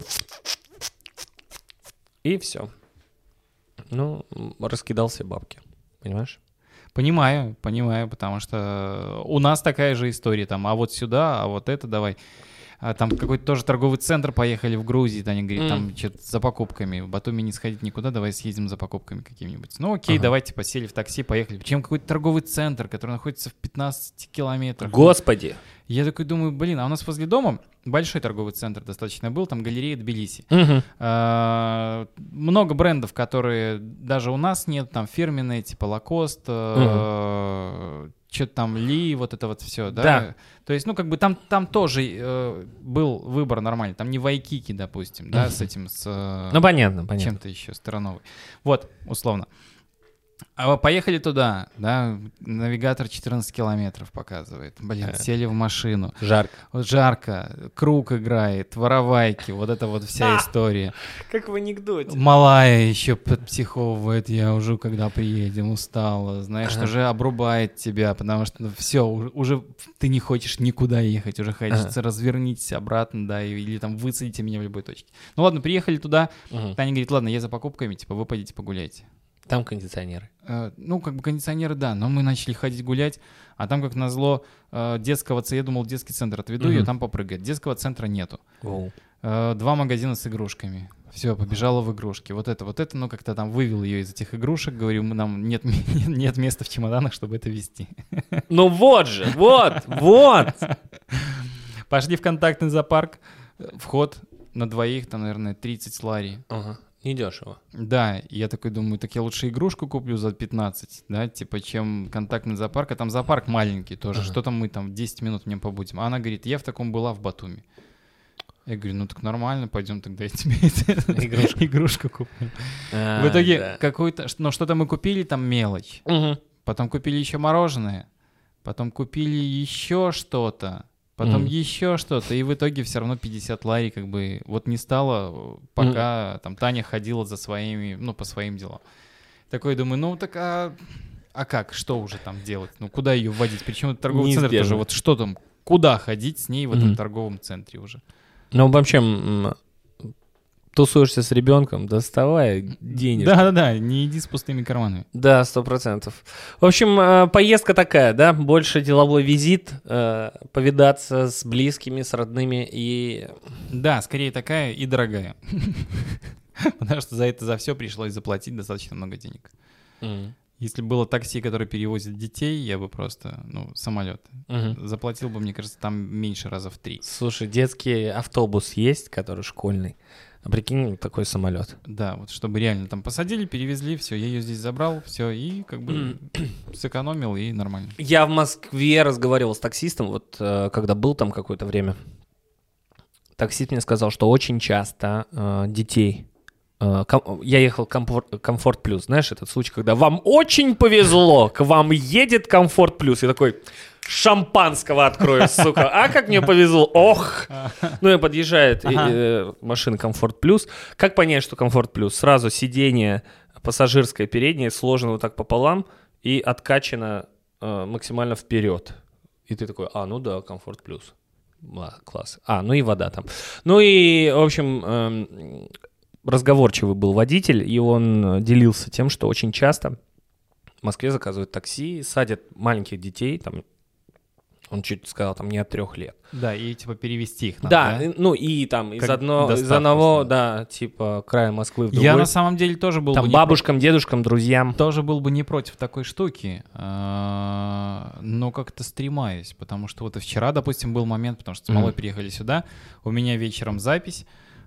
и все. Ну, раскидал все бабки. Понимаешь? Понимаю, потому что у нас такая же история, там, а вот сюда, а вот это давай. Там какой-то тоже торговый центр, поехали в Грузию, они говорят, там что-то за покупками, в Батуми не сходить никуда, давай съездим за покупками какими-нибудь. Ну окей, давайте посели в такси, поехали. Причем какой-то торговый центр, который находится в 15 километрах. Господи! Я такой думаю, блин, а у нас возле дома большой торговый центр достаточно был, там галерея Тбилиси. Много брендов, которые даже у нас нет, там фирменные, типа Лакост, что-то там Ли, вот это вот все, да? То есть, ну, как бы там тоже был выбор нормальный. Там не Вайкики, допустим, да, с этим, ну, понятно. Чем-то еще страновой. Вот, условно. А поехали туда, да, навигатор 14 километров показывает. Блин, сели в машину. Жарко. Вот жарко, круг играет, воровайки, вот это вот вся история. Как в анекдоте. Малая еще подпсиховывает, я уже когда приедем, устала, знаешь, уже обрубает тебя, потому что все, уже ты не хочешь никуда ехать, уже хочется развернитесь обратно, да, или там высадите меня в любой точке. Ну ладно, приехали туда, Таня говорит, ладно, я за покупками, типа, вы пойдите погуляйте. Там кондиционеры. Ну, как бы кондиционеры, да, но мы начали ходить гулять, а там, как назло, детского центра, я думал, детский центр отведу ее, там попрыгать. Детского центра нету. 2 магазина с игрушками. Все, побежала в игрушки. Вот это, ну, как-то там вывел ее из этих игрушек, говорю, нам нет места в чемоданах, чтобы это везти. Ну вот же, вот. Пошли в контактный зоопарк, вход на двоих, там, наверное, 30 лари. Ага. Недешево. Да, и я такой думаю, так я лучше игрушку куплю за 15, да, типа, чем контактный зоопарк, а там зоопарк маленький тоже, что там мы там 10 минут в нем побудем. А она говорит, я в таком была в Батуми. Я говорю, ну так нормально, пойдем тогда я тебе игрушку куплю. В итоге какую-то, ну что-то мы купили, там мелочь, потом купили еще мороженое, потом купили еще что-то. Потом еще что-то, и в итоге все равно 50 лари как бы вот не стало, пока там Таня ходила за своими, ну, по своим делам. Такой думаю, ну так а как, что уже там делать? Ну, куда ее вводить? Причем это торговый центр тоже, вот что там, куда ходить с ней в этом торговом центре уже? Ну, вообще, тусуешься с ребенком, доставай денег. Да, не иди с пустыми карманами. Да, 100%. В общем, поездка такая, да, больше деловой визит, повидаться с близкими, с родными и... Да, скорее такая и дорогая. Потому что за все пришлось заплатить достаточно много денег. Если было такси, которое перевозит детей, я бы просто, самолет. Заплатил бы, мне кажется, там меньше раза в 3. Слушай, детский автобус есть, который школьный. А прикинь, такой самолет. Да, вот чтобы реально там посадили, перевезли, все, я ее здесь забрал, все, и как бы сэкономил, и нормально. Я в Москве разговаривал с таксистом, вот когда был там какое-то время. Таксист мне сказал, что очень часто детей... Я ехал Комфорт Плюс, знаешь, этот случай, когда вам очень повезло, к вам едет Комфорт Плюс. Я такой, шампанского открою, сука. А как мне повезло, ох. Ну и подъезжает машина Комфорт Плюс. Как понять, что Комфорт Плюс? Сразу сиденье пассажирское переднее сложено вот так пополам и откачано максимально вперед. И ты такой, ну да, Комфорт Плюс. Класс. Ну и вода там. Ну и, в общем... разговорчивый был водитель, и он делился тем, что очень часто в Москве заказывают такси, садят маленьких детей, там, он чуть сказал, там, не от 3 лет. Да, и типа перевести их надо, да? Ну и там из одного, да, типа края Москвы в другой. Я на самом деле тоже был там бы бабушкам, дедушкам, друзьям. Тоже был бы не против такой штуки, но как-то стремаюсь, потому что вот и вчера, допустим, был момент, потому что с малой приехали сюда, у меня вечером запись,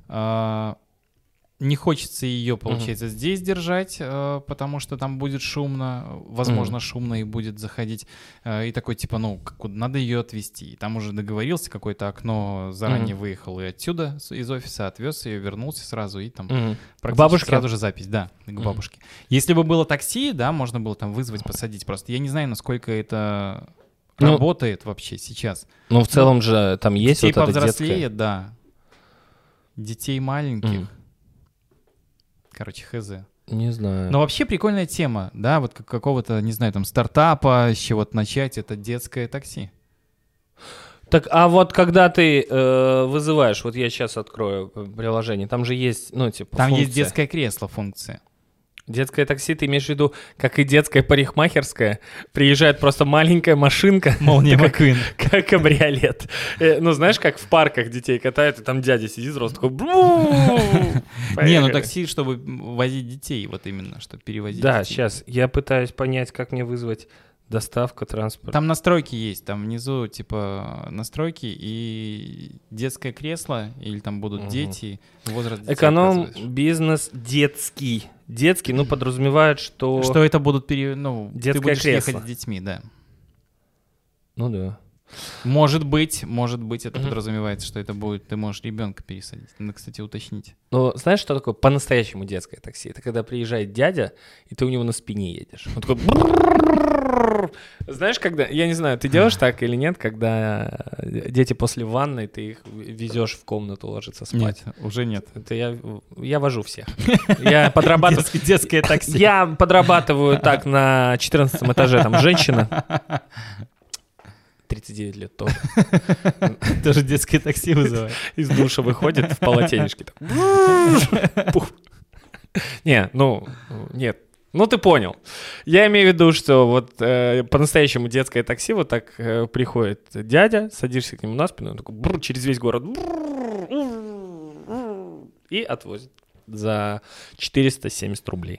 не хочется ее, получается, здесь держать, потому что там будет шумно, возможно, шумно и будет заходить. И такой, типа, надо ее отвезти. И там уже договорился, какое-то окно заранее выехал и отсюда, из офиса, отвез ее, вернулся сразу, и там практически сразу же запись, да, к бабушке. Если бы было такси, да, можно было там вызвать, посадить. Просто я не знаю, насколько это работает вообще сейчас. Ну, в целом же там есть детей вот это повзрослее, да. Детей маленьких. Короче, хз. Не знаю. Но вообще прикольная тема, да, вот какого-то, не знаю, там, стартапа, с чего-то начать, это детское такси. Так, а вот когда ты вызываешь, вот я сейчас открою приложение, там же есть, там функция. Есть детское кресло функция. Детское такси, ты имеешь в виду, как и детская парикмахерская, приезжает просто маленькая машинка. Молния Маквин. Как кабриолет. Знаешь, как в парках детей катают, и там дядя сидит взрослый, такой... Не, такси, чтобы возить детей, вот именно, чтобы перевозить детей. Да, сейчас, я пытаюсь понять, как мне вызвать доставка, транспорт. Там настройки есть, там внизу, типа, настройки и детское кресло, или там будут дети, возраст детей. Эконом, бизнес, детский. Детский, подразумевает, что... Что это будут, ты детское будешь кресло. ехать с детьми, да. Ну да. Может быть, это подразумевается, что это будет, ты можешь ребенка пересадить. Надо, кстати, уточнить. Ну, знаешь, что такое по-настоящему детское такси? Это когда приезжает дядя, и ты у него на спине едешь. Он такой... Знаешь, когда... Я не знаю, ты делаешь так или нет, когда дети после ванны, ты их везешь в комнату ложиться спать? Нет, уже нет. Это я вожу всех. Я подрабатываю... Детское такси. Я подрабатываю так на 14 этаже, там женщина. 39 лет тоже. Тоже детское такси вызывает. Из душа выходит в полотенечке. Не, нет. Ну, ты понял. Я имею в виду, что вот по-настоящему детское такси вот так приходит дядя, садишься к нему на спину, он такой через весь город и отвозит за 470 рублей.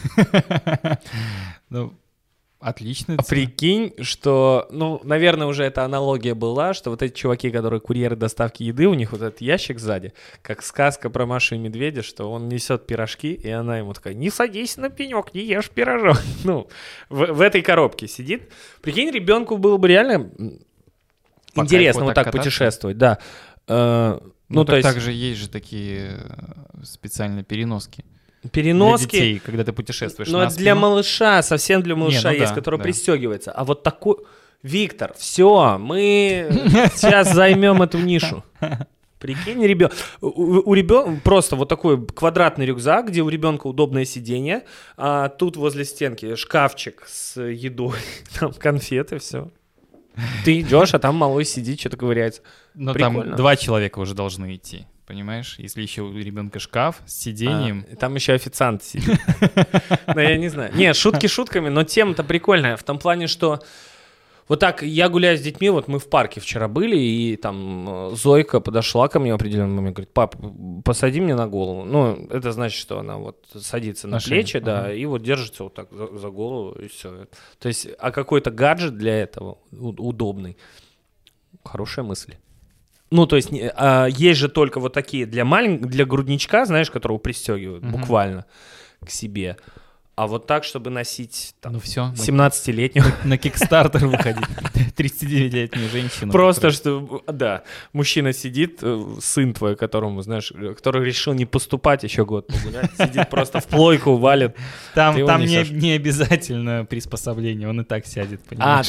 Ну, отлично. А прикинь, что, наверное, уже эта аналогия была, что вот эти чуваки, которые курьеры доставки еды, у них вот этот ящик сзади, как сказка про Машу и Медведя, что он несет пирожки, и она ему такая: не садись на пенек, не ешь пирожок. В этой коробке сидит. Прикинь, ребенку было бы реально интересно вот так путешествовать, да. То есть... Также есть же такие специальные переноски. Переноски. Для детей, когда ты путешествуешь. Но для малыша, совсем для малыша есть, да, который пристегивается. А вот такой... Виктор, все, мы сейчас займем эту нишу. Прикинь, ребенок. У ребенка просто вот такой квадратный рюкзак, где у ребенка удобное сиденье, а тут возле стенки шкафчик с едой, там конфеты, все. Ты идешь, а там малой сидит, что-то ковыряется. Но там 2 человека уже должны идти. Понимаешь, если еще у ребенка шкаф с сиденьем. Там еще официант сидит. Ну, я не знаю. Не, шутки шутками, но тема-то прикольная. В том плане, что вот так я гуляю с детьми, вот мы в парке вчера были, и там Зойка подошла ко мне в определенный момент, говорит: пап, посади мне на голову. Ну, это значит, что она вот садится на плечи, да, и вот держится вот так за голову, и все. То есть, а какой-то гаджет для этого удобный. Хорошая мысль. Ну, то есть, есть же только вот такие для грудничка, знаешь, которого пристегивают буквально к себе. А вот так, чтобы носить там, 17-летнюю... На Kickstarter выходить. 39-летнюю женщину. Просто, что, да, мужчина сидит, сын твой, которому, знаешь, который решил не поступать еще год погулять, сидит просто в плойку, валит. Там не обязательно приспособление, он и так сядет, понимаешь?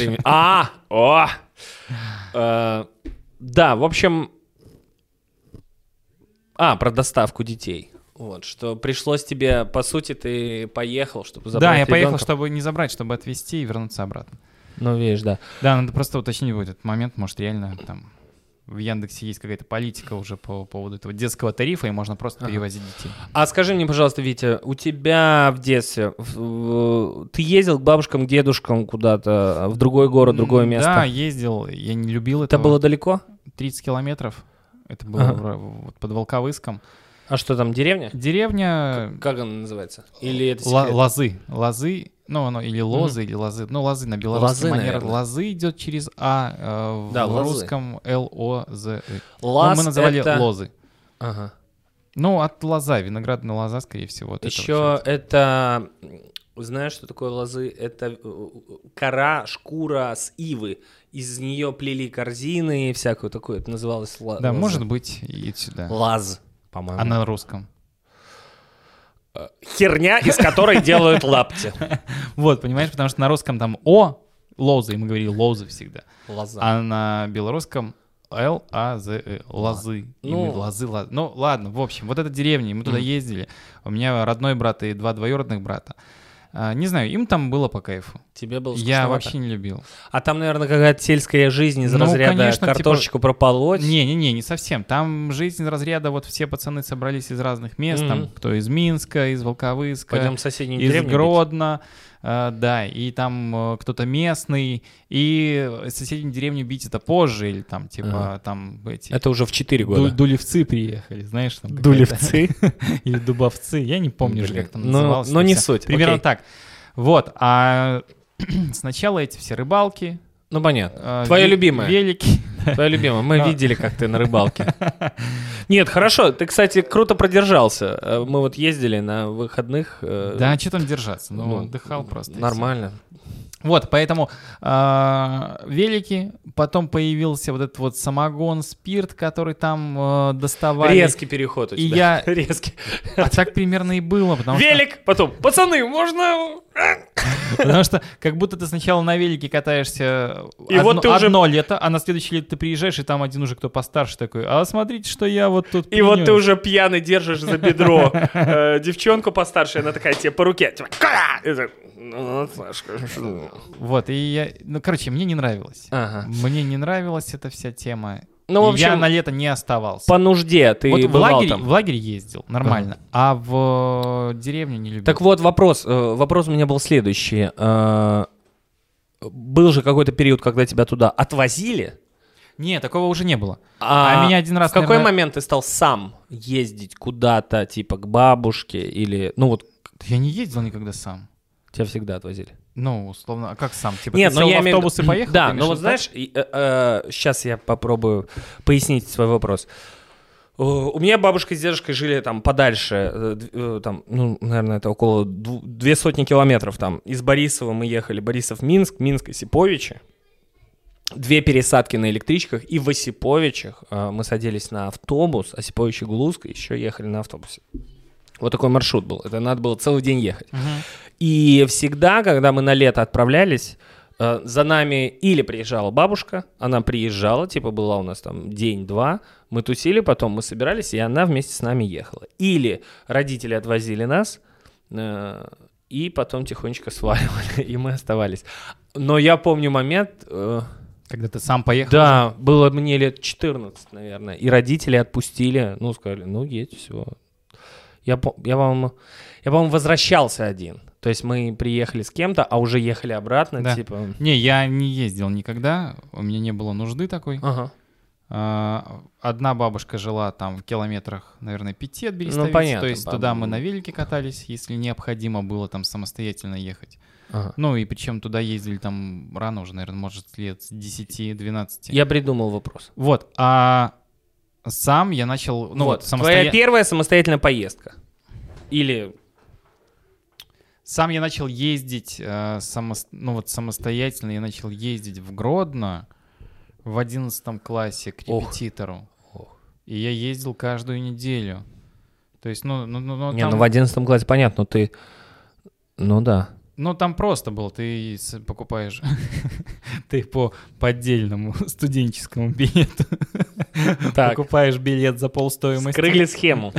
Да, в общем... про доставку детей. Вот, что пришлось тебе, по сути, ты поехал, чтобы забрать ребенка. Да, я поехал, ребенка. чтобы не забрать, чтобы отвезти и вернуться обратно. Ну, видишь, да. Да, надо просто уточнить будет этот момент, может, реально там в Яндексе есть какая-то политика уже по поводу этого детского тарифа, и можно просто перевозить детей. А скажи мне, пожалуйста, Витя, у тебя в детстве ты ездил к бабушкам, к дедушкам куда-то в другой город, другое место? Да, ездил, я не любил это. Это было далеко? 30 километров, это было под Волковыском. А что там, деревня? Деревня... Как она называется? Или это секрет? Лозы, или лозы, или лозы. Ну, лозы на белорусский манер. Лозы идет через А, в русском Л-О-З-И. Мы называли лозы. Ага. Ну, от лоза, виноградная лоза, скорее всего. Еще это... Знаешь, что такое лозы? Это кора, шкура с ивы. Из нее плели корзины и всякое такое. Это называлось лоза. Да, может быть, и сюда. Лаз, по-моему. А на русском? Херня, из которой делают лапти. Вот, понимаешь, потому что на русском там лозы, и мы говорили лозы всегда. Лоза. А на белорусском Л-А-З-И, лозы. Лозы. Ну, ладно, в общем, вот эта деревня, мы туда ездили. У меня родной брат и 2 двоюродных брата. Не знаю, им там было по кайфу. Тебе было скучновато? Я вообще не любил. А там, наверное, какая-то сельская жизнь из разряда конечно, картошечку прополоть? Не совсем. Там жизнь из разряда, вот все пацаны собрались из разных мест, там кто из Минска, из Волковыска, пойдем в соседнюю из деревню Гродно. Да, и там кто-то местный, и соседнюю деревню бить это позже, или там, типа, там эти... Это уже в 4 года. Дулевцы приехали, знаешь? Там Дулевцы? Или дубовцы, я не помню же, как там называлось. Но не суть. Примерно так. Вот, а сначала эти все рыбалки. Ну, понятно. Твоя любимая. Велики. Твоя любимая. Мы видели, как ты на рыбалке. Нет, хорошо. Ты, кстати, круто продержался. Мы вот ездили на выходных. Да, что там держаться? Ну, отдыхал просто. Нормально. Вот, поэтому велики, потом появился вот этот вот самогон, спирт, который там доставали. Резкий переход у тебя. И я... Резкий. А так примерно и было, потому что... Велик, потом, пацаны, можно... Потому что как будто ты сначала на велике катаешься И вот ты уже- одно лето, а на следующее лето ты приезжаешь, и там один уже кто постарше такой, а смотрите, что я вот тут И вот ты принёс». уже пьяный держишь за бедро девчонку постарше, она такая тебе по руке. Типа, «Ка!» И так, «Ну, Сашка, что?» Вот, и я... Ну, короче, мне не нравилось. Ага. Мне не нравилась эта вся тема. Ну, в И я общем, на лето не оставался. по нужде ты Вот бывал там. в лагере ездил, нормально, а в деревню не любил. Так вот, вопрос у меня был следующий. Был же какой-то период, когда тебя туда отвозили. Не, такого уже не было. А меня один раз, в какой наверное- момент ты стал сам ездить куда-то, типа к бабушке или... Ну вот, Я не ездил никогда сам. тебя всегда отвозили. Ну, условно, а как сам? Типа Нет, ты но сел я в имею в автобус виду- и поехал? Да, Ты но имеешь вот в виду так? знаешь, сейчас я попробую пояснить свой вопрос. У меня бабушка с дедушкой жили там подальше, там, ну, наверное, это около 200 километров там. Из Борисова мы ехали, Борисов-Минск, Минск-Осиповичи. 2 пересадки на электричках, и в Осиповичах мы садились на автобус, Осиповичи-Глузка, еще ехали на автобусе. Вот такой маршрут был, это надо было целый день ехать. И всегда, когда мы на лето отправлялись, за нами или приезжала бабушка, она приезжала, типа была у нас там день-два, мы тусили, потом мы собирались, и она вместе с нами ехала. Или родители отвозили нас, и потом тихонечко сваливали, и мы оставались. Но я помню момент... Когда ты сам поехал? Да, было мне лет 14, наверное, и родители отпустили, ну, сказали, ну, едь, все. Я, по-моему, возвращался один. То есть мы приехали с кем-то, а уже ехали обратно, Да. типа... Не, я не ездил никогда, у меня не было нужды такой. Ага. Одна бабушка жила там в километрах, наверное, 5 от Берестовицы, понятно, то есть туда мы на велике катались, если необходимо было там самостоятельно ехать. Ага. Ну и причем туда ездили там рано уже, наверное, может, лет с 10-12. Я придумал вопрос. Вот, а сам я начал... Ну вот, Твоя первая самостоятельная поездка. Или... Сам я начал ездить самостоятельно, я начал ездить в Гродно в 11 классе к репетитору. И я ездил каждую неделю. То есть, Не, там... ну в 11 классе понятно, ты... Ну да. Ну, там просто было, ты покупаешь, ты по отдельному студенческому билету Так. покупаешь билет за полстоимости. Скрыли схему.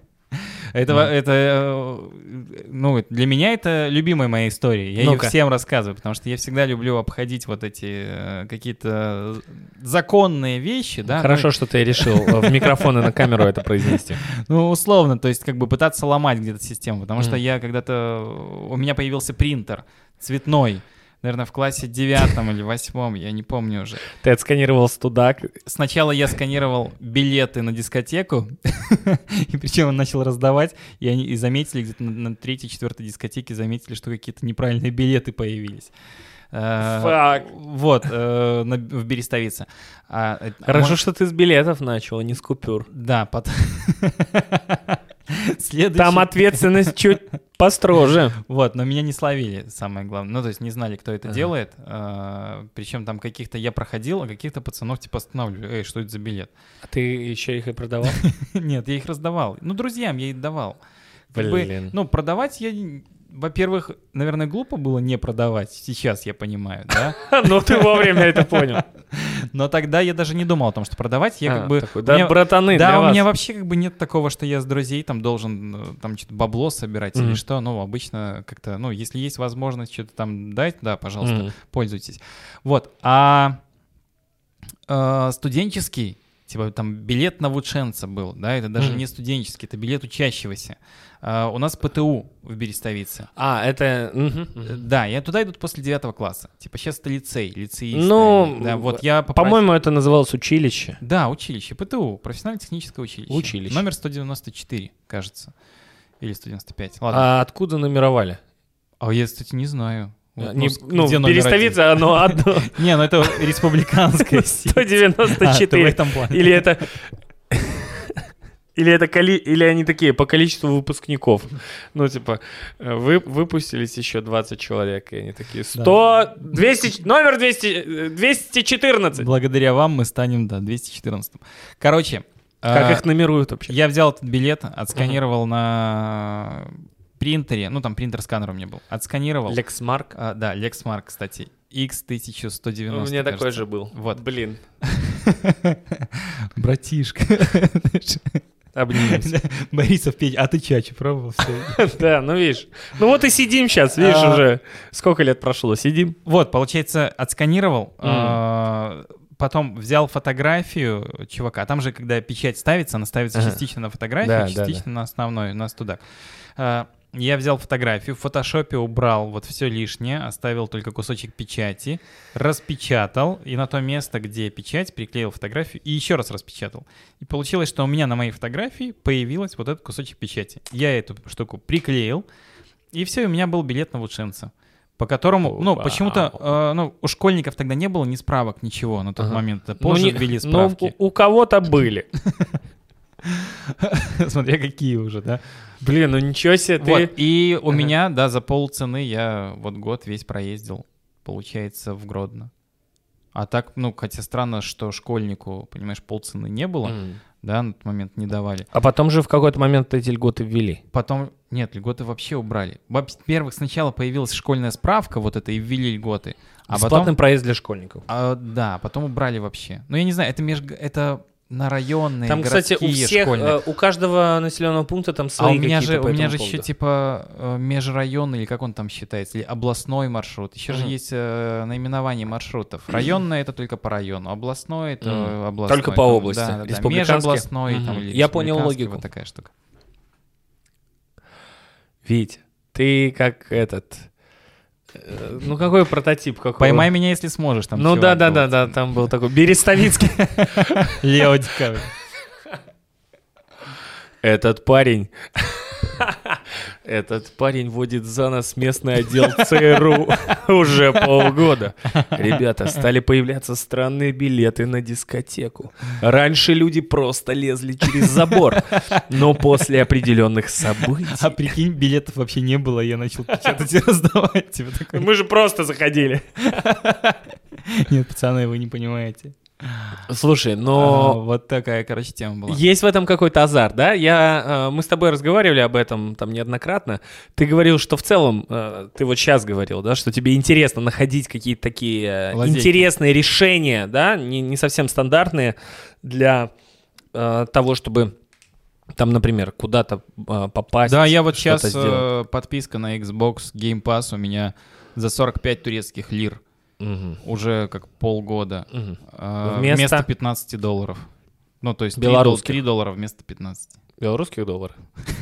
Ну, для меня это любимая моя история. Я ее Ну-ка. всем рассказываю, потому что я всегда люблю обходить вот эти какие-то законные вещи, да. Хорошо, что ты решил в микрофон и на камеру это произнести. Ну, условно, то есть как бы пытаться ломать где-то систему, потому что я когда-то... У меня появился принтер цветной, наверное, в классе 9 или 8, я не помню уже. Ты отсканировал студак. Сначала я сканировал билеты на дискотеку, и причем он начал раздавать, и они заметили, где-то на 3-4 дискотеке заметили, что какие-то неправильные билеты появились. Фак. Вот, в Берестовице. Хорошо, что ты с билетов начал, а не с купюр. Да, следующий... Там ответственность чуть построже. Вот, но меня не словили, самое главное. Ну, то есть не знали, кто это делает. Причем там каких-то я проходил, а каких-то пацанов типа останавливали. Эй, что это за билет? А ты еще их и продавал? Нет, я их раздавал. Ну, друзьям я их давал. Блин. Ну, продавать я... Во-первых, наверное, глупо было не продавать. Сейчас я понимаю, да? Ну, ты вовремя это понял. Но тогда я даже не думал о том, что продавать. Я как бы... Да, братаны, для Да, у вас. меня вообще как бы нет такого, что я с друзей там должен там что-то бабло собирать или что. Ну, обычно как-то, ну, если есть возможность что-то там дать, да, пожалуйста, пользуйтесь. Вот. А студенческий, типа там билет навученца был, да, это даже не студенческий, это билет учащегося. У нас ПТУ в Берестовице. А, это... Да, я туда идут после 9 класса. Типа сейчас это лицеисты. Ну, да, вот я по-моему, это называлось училище. Да, училище, ПТУ, профессионально-техническое училище. Училище. Номер 194, кажется. Или 195. Ладно. А откуда номеровали? А я, кстати, не знаю. Вот, Ну, где номер Берестовица, оно одно. один? Не, ну это республиканская сеть. 194. А, ты в этом плане. Или это... Или они такие по количеству выпускников. Ну, типа, выпустились еще 20 человек, и они такие, 100, 200, номер 214. Благодаря вам мы станем, 214. Короче. Как их номеруют вообще? Я взял этот билет, отсканировал на принтере, ну, там принтер-сканер у меня был, отсканировал. Lexmark? Да, Lexmark, кстати. X1190. У меня такой же был. Вот. Блин. Братишка. Обнимемся. Борисов, Петь, а ты чачу пробовал? Да, ну видишь. Ну вот и сидим сейчас, видишь, уже сколько лет прошло, сидим. Вот, получается, отсканировал, потом взял фотографию чувака. Там же, когда печать ставится, она ставится частично на фотографию, частично на основной, на студак. Я взял фотографию, в фотошопе убрал вот все лишнее, оставил только кусочек печати, распечатал, и на то место, где печать, приклеил фотографию и еще раз распечатал. И получилось, что у меня на моей фотографии появилась вот этот кусочек печати. Я эту штуку приклеил, и все, у меня был билет на Лучшенца, по которому, ну, почему-то, у школьников тогда не было ни справок, ничего на тот момент. Позже ввели справки. У кого-то были. Смотря какие уже, да? Блин, ну ничего себе ты... Вот, и у меня, за полцены я вот год весь проездил, получается, в Гродно. А так, хотя странно, что школьнику, понимаешь, полцены не было, да, на тот момент не давали. А потом же в какой-то момент эти льготы ввели. Потом, нет, льготы вообще убрали. Во-первых, сначала появилась школьная справка вот это, и ввели льготы. Бесплатный проезд для школьников. Да, потом убрали вообще. Ну, я не знаю, это на районные, там, городские, кстати, у всех, школьные. У каждого населенного пункта там свои какие-то по у меня же поводу. еще типа межрайонный, или как он там считается, или областной маршрут. Еще же есть наименование маршрутов. Районное — это только по району, областной — это областной. Только по области. Да, Республиканский. Межобластной. Там, или я понял логику. Вот такая штука. Вить, ты как этот... Ну, какой прототип? Какой? «Поймай меня, если сможешь». Там да, там был такой Берестовицкий. Лео Ди Каприо. Этот парень водит за нос местный отдел ЦРУ уже полгода. Ребята, стали появляться странные билеты на дискотеку. Раньше люди просто лезли через забор, но после определенных событий... А прикинь, билетов вообще не было, я начал печатать и раздавать. Типа такой. Мы же просто заходили. Нет, пацаны, вы не понимаете. Слушай, но... Вот такая, короче, тема была. Есть в этом какой-то азарт, да? Мы с тобой разговаривали об этом там неоднократно. Ты говорил, что в целом, ты вот сейчас говорил, да, что тебе интересно находить какие-то такие интересные решения, да, не совсем стандартные для того, чтобы там, например, куда-то попасть. Да, я вот сейчас подписка на Xbox Game Pass у меня за 45 турецких лир. Уже как полгода. Вместо $15. Ну, то есть $3 вместо 15. Белорусских долларов?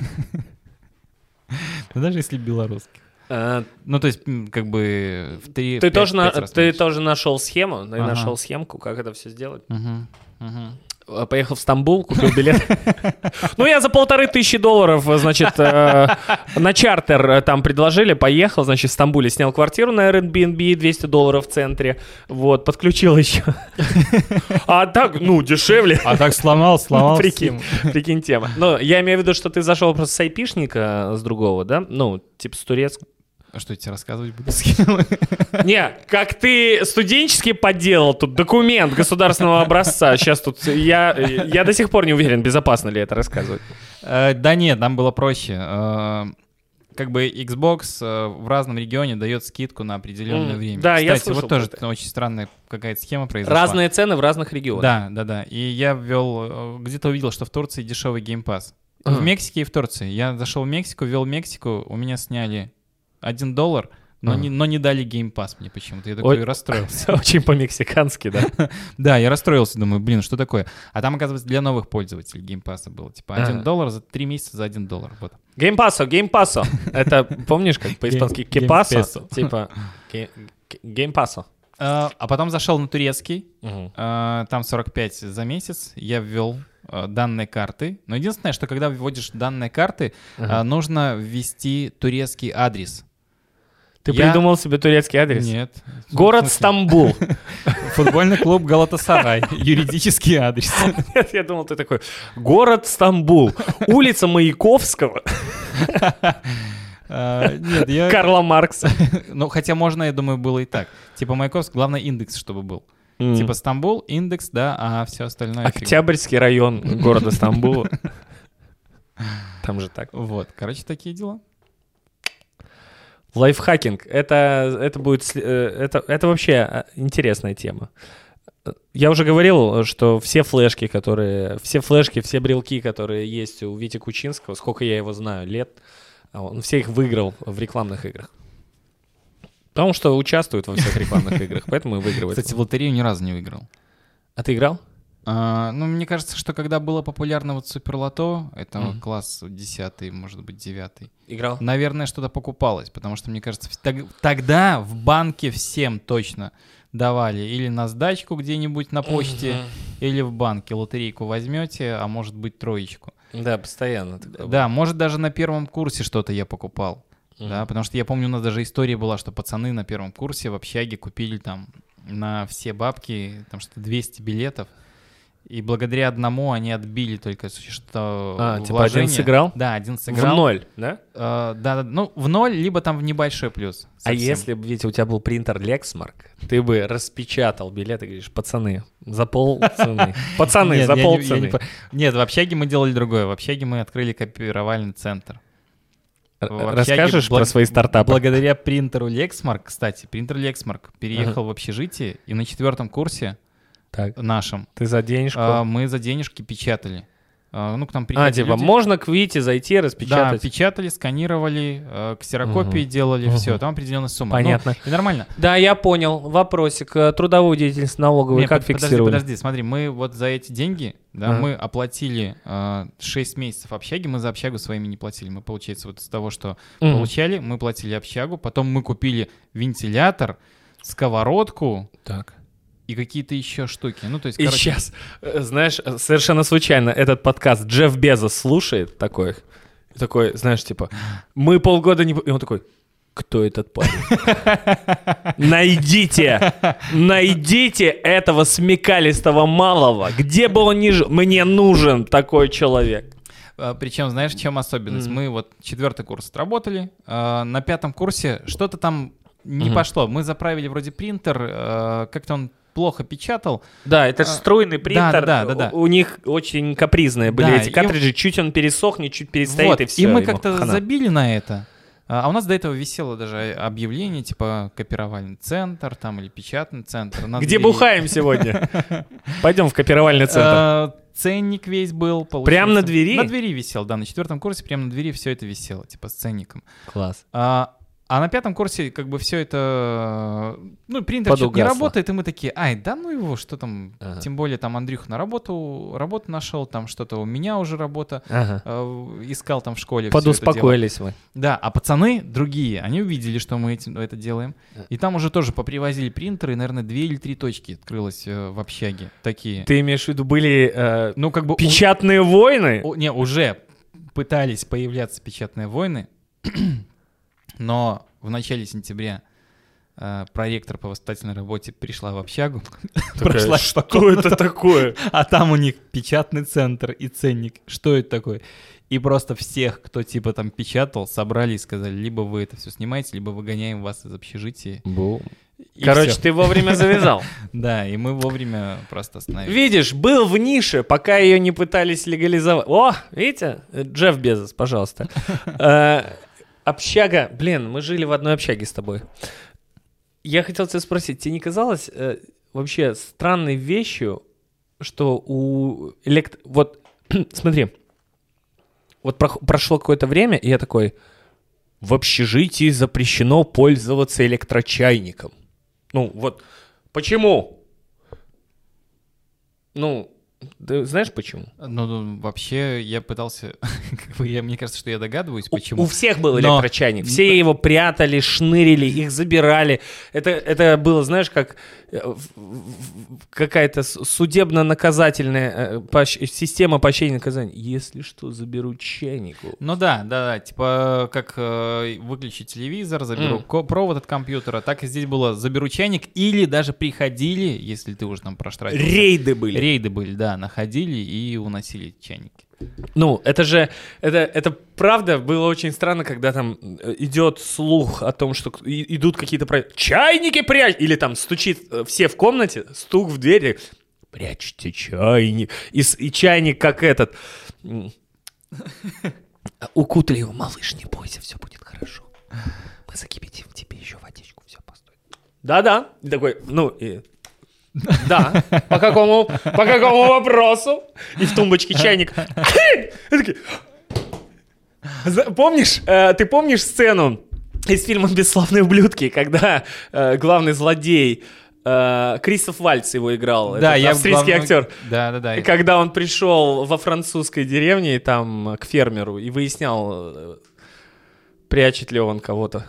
Ну, даже если белорусских. Ну, то есть, как бы в 3 Ты тоже нашел схему? Нашел схемку, как это все сделать? Поехал в Стамбул, купил билет. Ну, я за $1500, значит, на чартер там предложили, поехал, значит, в Стамбуле снял квартиру на Airbnb, $200 в центре, вот, подключил еще. А так, дешевле. А так сломал. Прикинь, тема. Но я имею в виду, что ты зашел просто с айпишника, с другого, да? Ну, типа с турецкого. А что, я тебе рассказывать буду? Не, как ты студенческий подделал тут документ государственного образца. Сейчас тут я до сих пор не уверен, безопасно ли это рассказывать. Да нет, нам было проще. Как бы Xbox в разном регионе дает скидку на определенное время. Да, кстати, я слышал. Вот тоже очень странная какая-то схема произошла. Разные цены в разных регионах. Да. И я где-то увидел, что в Турции дешевый Game Pass. В Мексике и в Турции. Я зашел в Мексику, ввел Мексику, у меня сняли $1, но не дали Game Pass мне почему-то. Я такой расстроился. Очень по-мексикански, да? Да, я расстроился, думаю, что такое? А там, оказывается, для новых пользователей Game Pass было. Типа $1 за 3 месяца за $1. Вот. Game Pass. Это, помнишь, как по-испански кепасо? Типа Game Pass. А потом зашел на турецкий. Там 45 за месяц. Я ввел данные карты. Но единственное, что когда вводишь данные карты, нужно ввести турецкий адрес. Ты придумал себе турецкий адрес? Нет. Город Стамбул. Футбольный клуб Галатасарай. Юридический адрес. Нет, я думал, ты такой, город Стамбул, улица Маяковского. Нет, я... Карла Маркса. Ну, хотя можно, я думаю, было и так. Типа Маяковск, главное индекс, чтобы был. Типа Стамбул, индекс, да, а все остальное... Октябрьский район города Стамбула. Там же так. Вот, короче, такие дела. Лайфхакинг. Это будет... Это вообще интересная тема. Я уже говорил, что все флешки, все брелки, которые есть у Вити Кучинского, сколько я его знаю лет, он все их выиграл в рекламных играх. Потому что участвует во всех рекламных играх, поэтому и выигрывает. Кстати, в лотерею ни разу не выиграл. А ты играл? Ну, мне кажется, что когда было популярно вот Суперлото, это класс 10, может быть, 9. Играл? Наверное, что-то покупалось, потому что, мне кажется, тогда в банке всем точно давали или на сдачку где-нибудь на почте, или в банке лотерейку возьмете, а может быть троечку. Да, постоянно. Да, может даже на первом курсе что-то я покупал. Да, потому что я помню, у нас даже история была, что пацаны на первом курсе в общаге купили там на все бабки, там что-то 200 билетов. И благодаря одному они отбили только что типа один сыграл? Да, один сыграл. В ноль, да? Да, ну в ноль, либо там в небольшой плюс. Совсем. А если бы, Витя, у тебя был принтер Lexmark, ты бы распечатал билеты и говоришь, пацаны, за полцены. Пацаны, за полцены. Нет, в общаге мы делали другое. В общаге мы открыли копировальный центр. Расскажешь про свои стартапы? Благодаря принтеру Lexmark, кстати, принтер Lexmark переехал в общежитие, и на 4 курсе нашем ты за денежку? Мы за денежки печатали. Ну, к нам приходили типа, люди. можно к Вите зайти, распечатать? Да, печатали, сканировали, ксерокопии делали, все, там определенная сумма. Понятно. Ну, и нормально. Да, я понял. Вопросик. Трудовую деятельность налоговую как фиксировали? Подожди, смотри, мы вот за эти деньги, да, мы оплатили 6 месяцев общаги, мы за общагу своими не платили. Мы, получается, вот из того, что получали, мы платили общагу, потом мы купили вентилятор, сковородку. Так. И какие-то еще штуки. Ну, то есть, и сейчас, знаешь, совершенно случайно этот подкаст Джефф Безос слушает такой, знаешь, типа, мы полгода не... И он такой, кто этот парень? Найдите этого смекалистого малого, где бы он ни жил. Мне нужен такой человек. Причем, знаешь, в чем особенность? Мы вот 4 курс отработали, на 5 курсе что-то там не пошло. Мы заправили вроде принтер, как-то он плохо печатал. Да, это же струйный принтер. Да. У них очень капризные были эти картриджи. Чуть он пересохнет, чуть перестоит, вот, и все. И мы как-то забили на это. А у нас до этого висело даже объявление, типа копировальный центр там или печатный центр. Где бухаем сегодня? Пойдем в копировальный центр. Ценник весь был. Прямо на двери? На двери висел, да. На 4 курсе прямо на двери все это висело, типа с ценником. Класс. А на 5 курсе как бы все это... Ну, принтер что-то не работает, и мы такие, да ну его, что там... Тем более там Андрюха на работу работу нашел, там что-то у меня уже работа, искал там в школе. Подуспокоились вы. Да, а пацаны другие, они увидели, что мы это делаем, и там уже тоже попривозили принтеры, и, наверное, 2 или 3 точки открылось в общаге, такие. Ты имеешь в виду, были ну, как бы печатные войны? Не, уже пытались появляться печатные войны, но в начале сентября проректор по воспитательной работе пришла в общагу. Прошла, что это такое? А там у них печатный центр и ценник. Что это такое? И просто всех, кто типа там печатал, собрали и сказали, либо вы это все снимаете, либо выгоняем вас из общежития. Короче, ты вовремя завязал. Да, и мы вовремя просто остановились. Видишь, был в нише, пока ее не пытались легализовать. О, видите? Джефф Безос, пожалуйста. Общага, мы жили в одной общаге с тобой. Я хотел тебя спросить, тебе не казалось вообще странной вещью, что вот смотри, вот прошло какое-то время, и я такой, в общежитии запрещено пользоваться электрочайником. Ну вот, почему? Ну, Ты знаешь почему? Ну, вообще, я пытался... Мне кажется, что я догадываюсь, почему. У всех был электрочайник. Все его прятали, шнырили, их забирали. Это было, знаешь, как какая-то судебно-наказательная система поощрения и наказания. Если что, заберу чайник. Ну да, типа как выключить телевизор, заберу провод от компьютера, так и здесь было заберу чайник, или даже приходили, если ты уже там проштрафился. Рейды были, да, находили и уносили чайники. Ну, это правда было очень странно, когда там идет слух о том, что идут какие-то чайники прячь, или там стучит все в комнате, стук в двери, прячьте чайник, и чайник как этот, укутали его, малыш, не бойся, все будет хорошо, мы закипятим тебе еще водичку, все, постой. Да-да, и такой, да, по какому вопросу? И в тумбочке чайник. Помнишь, ты помнишь сцену из фильма «Бесславные ублюдки», когда главный злодей Кристоф Вальц его играл, да, этот австрийский актер. Да. Когда он пришел во французской деревне там к фермеру и выяснял, прячет ли он кого-то.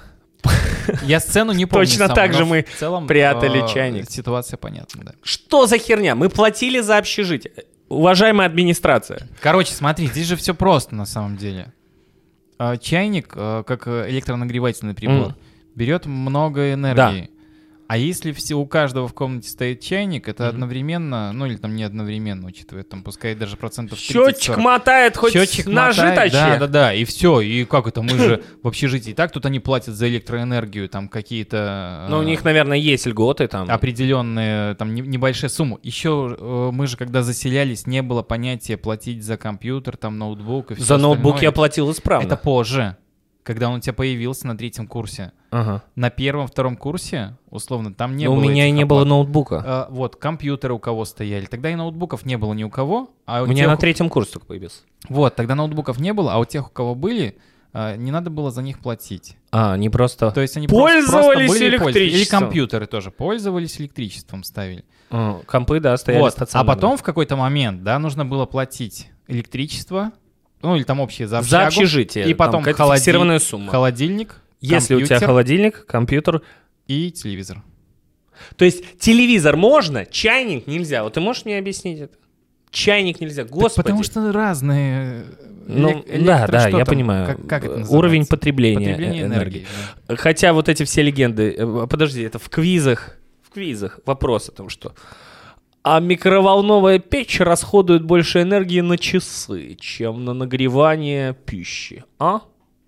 Я сцену не помню. Точно так же мы прятали чайник. Ситуация понятна, да. Что за херня? Мы платили за общежитие. Уважаемая администрация. Короче, смотри, здесь же все просто на самом деле. Чайник, как электронагревательный прибор, берет много энергии. Да. А если у каждого в комнате стоит чайник, это одновременно, ну или там не одновременно, учитывая, там пускай даже процентов 30-40. Счетчик мотает хоть на житоче. Да, и все. И как это, мы же в общежитии. И так тут они платят за электроэнергию, там какие-то... Ну, у них, наверное, есть льготы там. Определенные, там небольшая сумма. Еще мы же, когда заселялись, не было понятия платить за компьютер, там ноутбук и все за остальное. ноутбук я платил исправно. Это позже. Когда он у тебя появился на 3-м курсе. Ага. На 1-2 курсе, условно, там не было. У меня и не было ноутбука. Вот, компьютеры у кого стояли. Тогда и ноутбуков не было ни у кого. У меня на 3-м курсе только появился. Вот, тогда ноутбуков не было, а у тех, у кого были, не надо было за них платить. Они просто... То есть они пользовались просто были электричеством. Или компьютеры тоже пользовались электричеством, ставили. Компы, да, стояли вот. стационарно. А потом в какой-то момент, да, нужно было платить электричество, ну или там общее за общагу, за общежитие. И потом фиксированная сумма. Холодильник, если у тебя холодильник, компьютер и телевизор. То есть телевизор можно, чайник нельзя. Вот ты можешь мне объяснить это? Чайник нельзя, господи. Так потому что разные... Да, я понимаю. Как это называется? Уровень потребления энергии. Да. Хотя вот эти все легенды... Подожди, это в квизах вопрос о том, что... А микроволновая печь расходует больше энергии на часы, чем на нагревание пищи. А?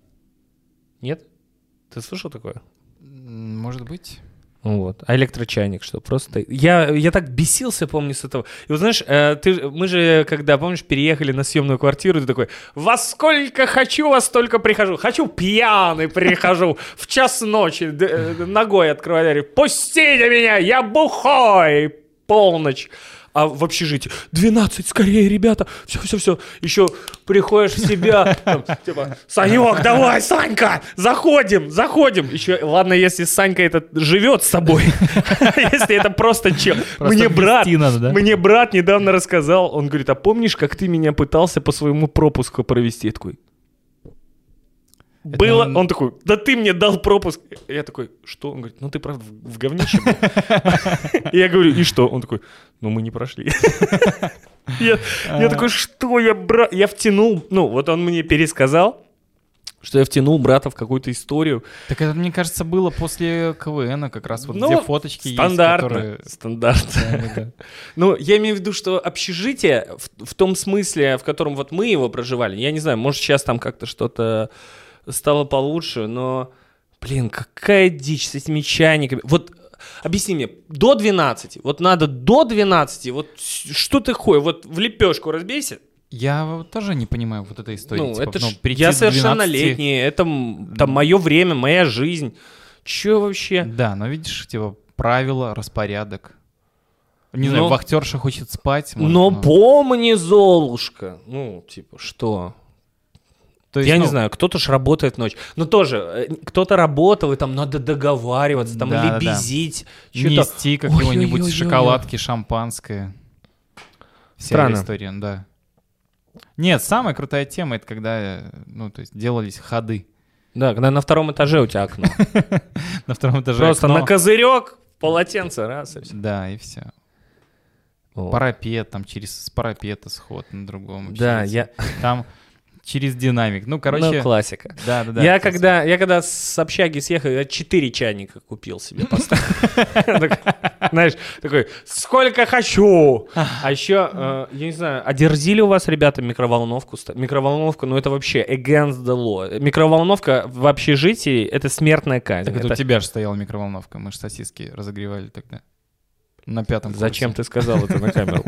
Нет? Ты слышал такое? Может быть. Вот. А электрочайник что? Просто... Я так бесился, помню, с этого. И вот знаешь, мы же, когда, помнишь, переехали на съемную квартиру, ты такой, во сколько хочу, во столько прихожу. Хочу пьяный прихожу, в час ночи ногой открываю дверь. Пустите меня, я бухой. Полночь. А в общежитии 12 скорее, ребята. Все. Еще приходишь в себя. Там, типа, Санек, давай, Санька, заходим. Еще, ладно, если Санька этот живет с тобой. Если это просто чел. Мне брат недавно рассказал. Он говорит, а помнишь, как ты меня пытался по своему пропуску провести? Я такой... Было, он такой, да ты мне дал пропуск. Я такой, что? Он говорит, ну ты правда в говнище был. Я говорю, и что? Он такой, ну мы не прошли. Я такой, что я втянул, ну вот он мне пересказал, что я втянул брата в какую-то историю. Так это, мне кажется, было после КВН, как раз вот где фоточки есть, которые... Стандартно. Ну, я имею в виду, что общежитие в том смысле, в котором вот мы его проживали, я не знаю, может сейчас там как-то что-то стало получше, но, блин, какая дичь с этими чайниками. Вот объясни мне, до 12, вот надо до 12, вот что ты ходишь, вот в лепешку разбейся. Я тоже не понимаю вот этой истории. Ну, типа, это я совершеннолетний, это там мое время, моя жизнь. Че вообще? Да, но видишь, типа, правила, распорядок. Не знаю, вахтерша хочет спать. Может, помни, Золушка. Ну, типа, что... То есть, я не знаю, кто-то ж работает ночью. Но тоже, кто-то работал, и там надо договариваться, там лебезить. Нести какие-нибудь шоколадки, шампанское. Странно. История, да. Нет, самая крутая тема — это когда, то есть делались ходы. Да, когда на втором этаже у тебя окно. На втором этаже Просто окно. на козырек, полотенце, раз, и все. Да, и все. Вот. Парапет, там с парапета сход на другом. Да, Там через динамик. Ну, короче... Ну, классика. Да. Я когда с общаги съехал, я 4 чайника купил себе, поставил. Знаешь, такой, сколько хочу! А еще, я не знаю, одерзили у вас, ребята, микроволновку? Микроволновка, ну это вообще against the law. Микроволновка в общежитии — это смертная казнь. Так это у тебя же стояла микроволновка, мы же сосиски разогревали тогда. На 5 курсе. Зачем ты сказал это на камеру?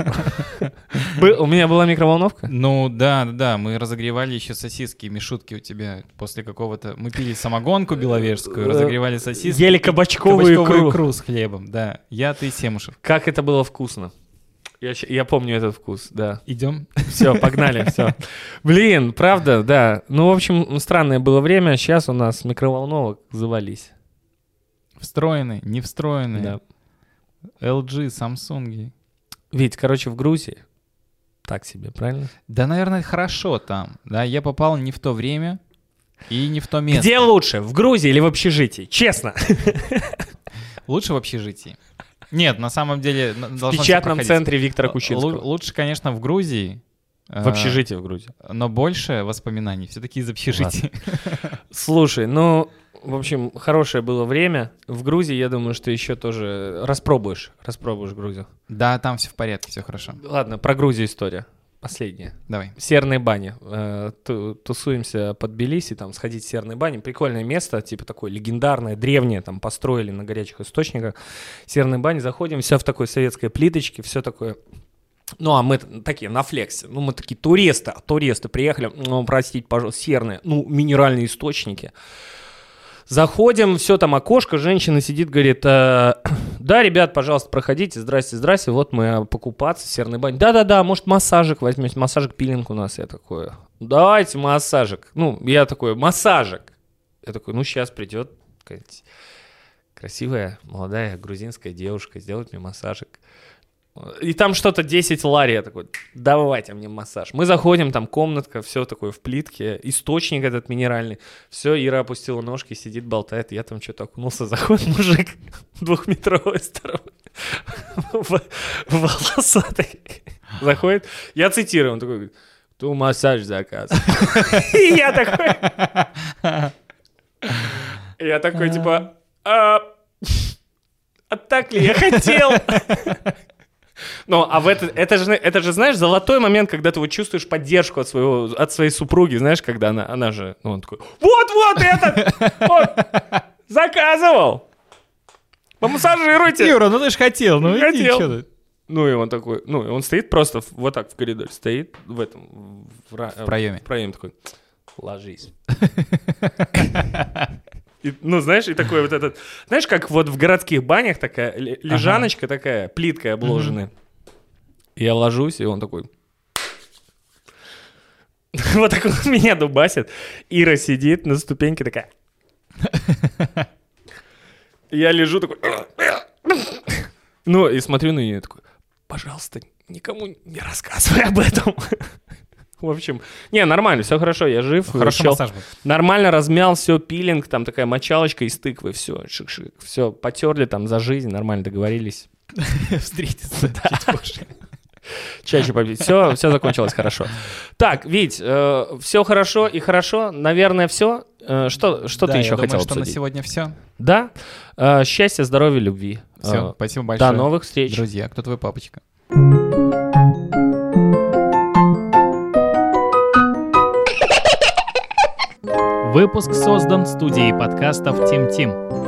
У меня была микроволновка? Ну да, мы разогревали еще сосиски, мишутки у тебя после какого-то... Мы пили самогонку беловежскую, разогревали сосиски. Ели кабачковую икру с хлебом, да. Ты и Семушев. Как это было вкусно. Я помню этот вкус, да. Идем? Все, погнали, все. Блин, правда, да. Ну, в общем, странное было время. Сейчас у нас микроволновок завались. Встроенные, не встроенные. Да. LG, Samsung. Ведь, короче, в Грузии так себе, правильно? Да, наверное, хорошо там. Да, я попал не в то время и не в то место. Где лучше, в Грузии или в общежитии? Честно. Лучше в общежитии. Нет, на самом деле... В печатном центре Виктора Кучинского. Лучше, конечно, в Грузии. В общежитии в Грузии. Но больше воспоминаний все-таки из общежития. Слушай, ну... В общем, хорошее было время. В Грузии, я думаю, что еще тоже распробуешь Грузию. Да, там все в порядке, все хорошо. Ладно, про Грузию история. Последняя. Давай. В Серной бане. Тусуемся под Тбилиси, там сходить в Серной бане. Прикольное место, типа такое легендарное, древнее, там построили на горячих источниках. В Серной бане заходим, все в такой советской плиточке, все такое... Ну, а мы такие на флексе. Ну, мы такие туристы приехали. Ну, простите, пожалуйста, серные, минеральные источники. Заходим, все там окошко, женщина сидит, говорит, да, ребят, пожалуйста, проходите, здрасте, вот мы покупаться в Серной бане. Да, может, массажик возьмете, массажик-пилинг у нас. Я такой, давайте массажик. Ну, я такой, массажик. Я такой, сейчас придет красивая, молодая грузинская девушка, сделать мне массажик. И там что-то 10 лари, я такой, давайте мне массаж. Мы заходим, там комнатка, все такое в плитке, источник этот минеральный. Все, Ира опустила ножки, сидит, болтает, я там что-то окунулся, заходит мужик 2-метровой стороны, волосатый, заходит, я цитирую, он такой, кто массаж заказывает? И я такой, типа, а так ли я хотел? Ну, а это же, знаешь, золотой момент, когда ты вот чувствуешь поддержку от своей супруги, знаешь, когда она же, он такой, вот этот, заказывал, помассажируйте. Юра, ты же хотел, иди, что ты. Ну, и он такой, и он стоит просто вот так в коридоре, стоит в проеме. В проеме такой, ложись. Знаешь, и такой вот этот... Знаешь, как вот в городских банях такая лежаночка такая, плиткой обложенная. И я ложусь, и он такой... Вот так он меня дубасит. Ира сидит на ступеньке такая... Я лежу такой... Ну, и смотрю на нее такой... Пожалуйста, никому не рассказывай об этом. В общем, нормально, все хорошо, я жив. Хорошо массаж был. Нормально размял, все, пилинг, там такая мочалочка из тыквы, все, шик-шик, все, потерли там за жизнь, нормально договорились. Встретиться чуть позже. Чаще попить. Все закончилось хорошо. Так, Вить, все хорошо и хорошо, наверное, все. Что ты еще хотел обсудить? Что на сегодня все. Да, счастья, здоровья, любви. Все, спасибо большое. До новых встреч. Друзья, кто твой папочка? Выпуск создан студией подкастов Тим Тим.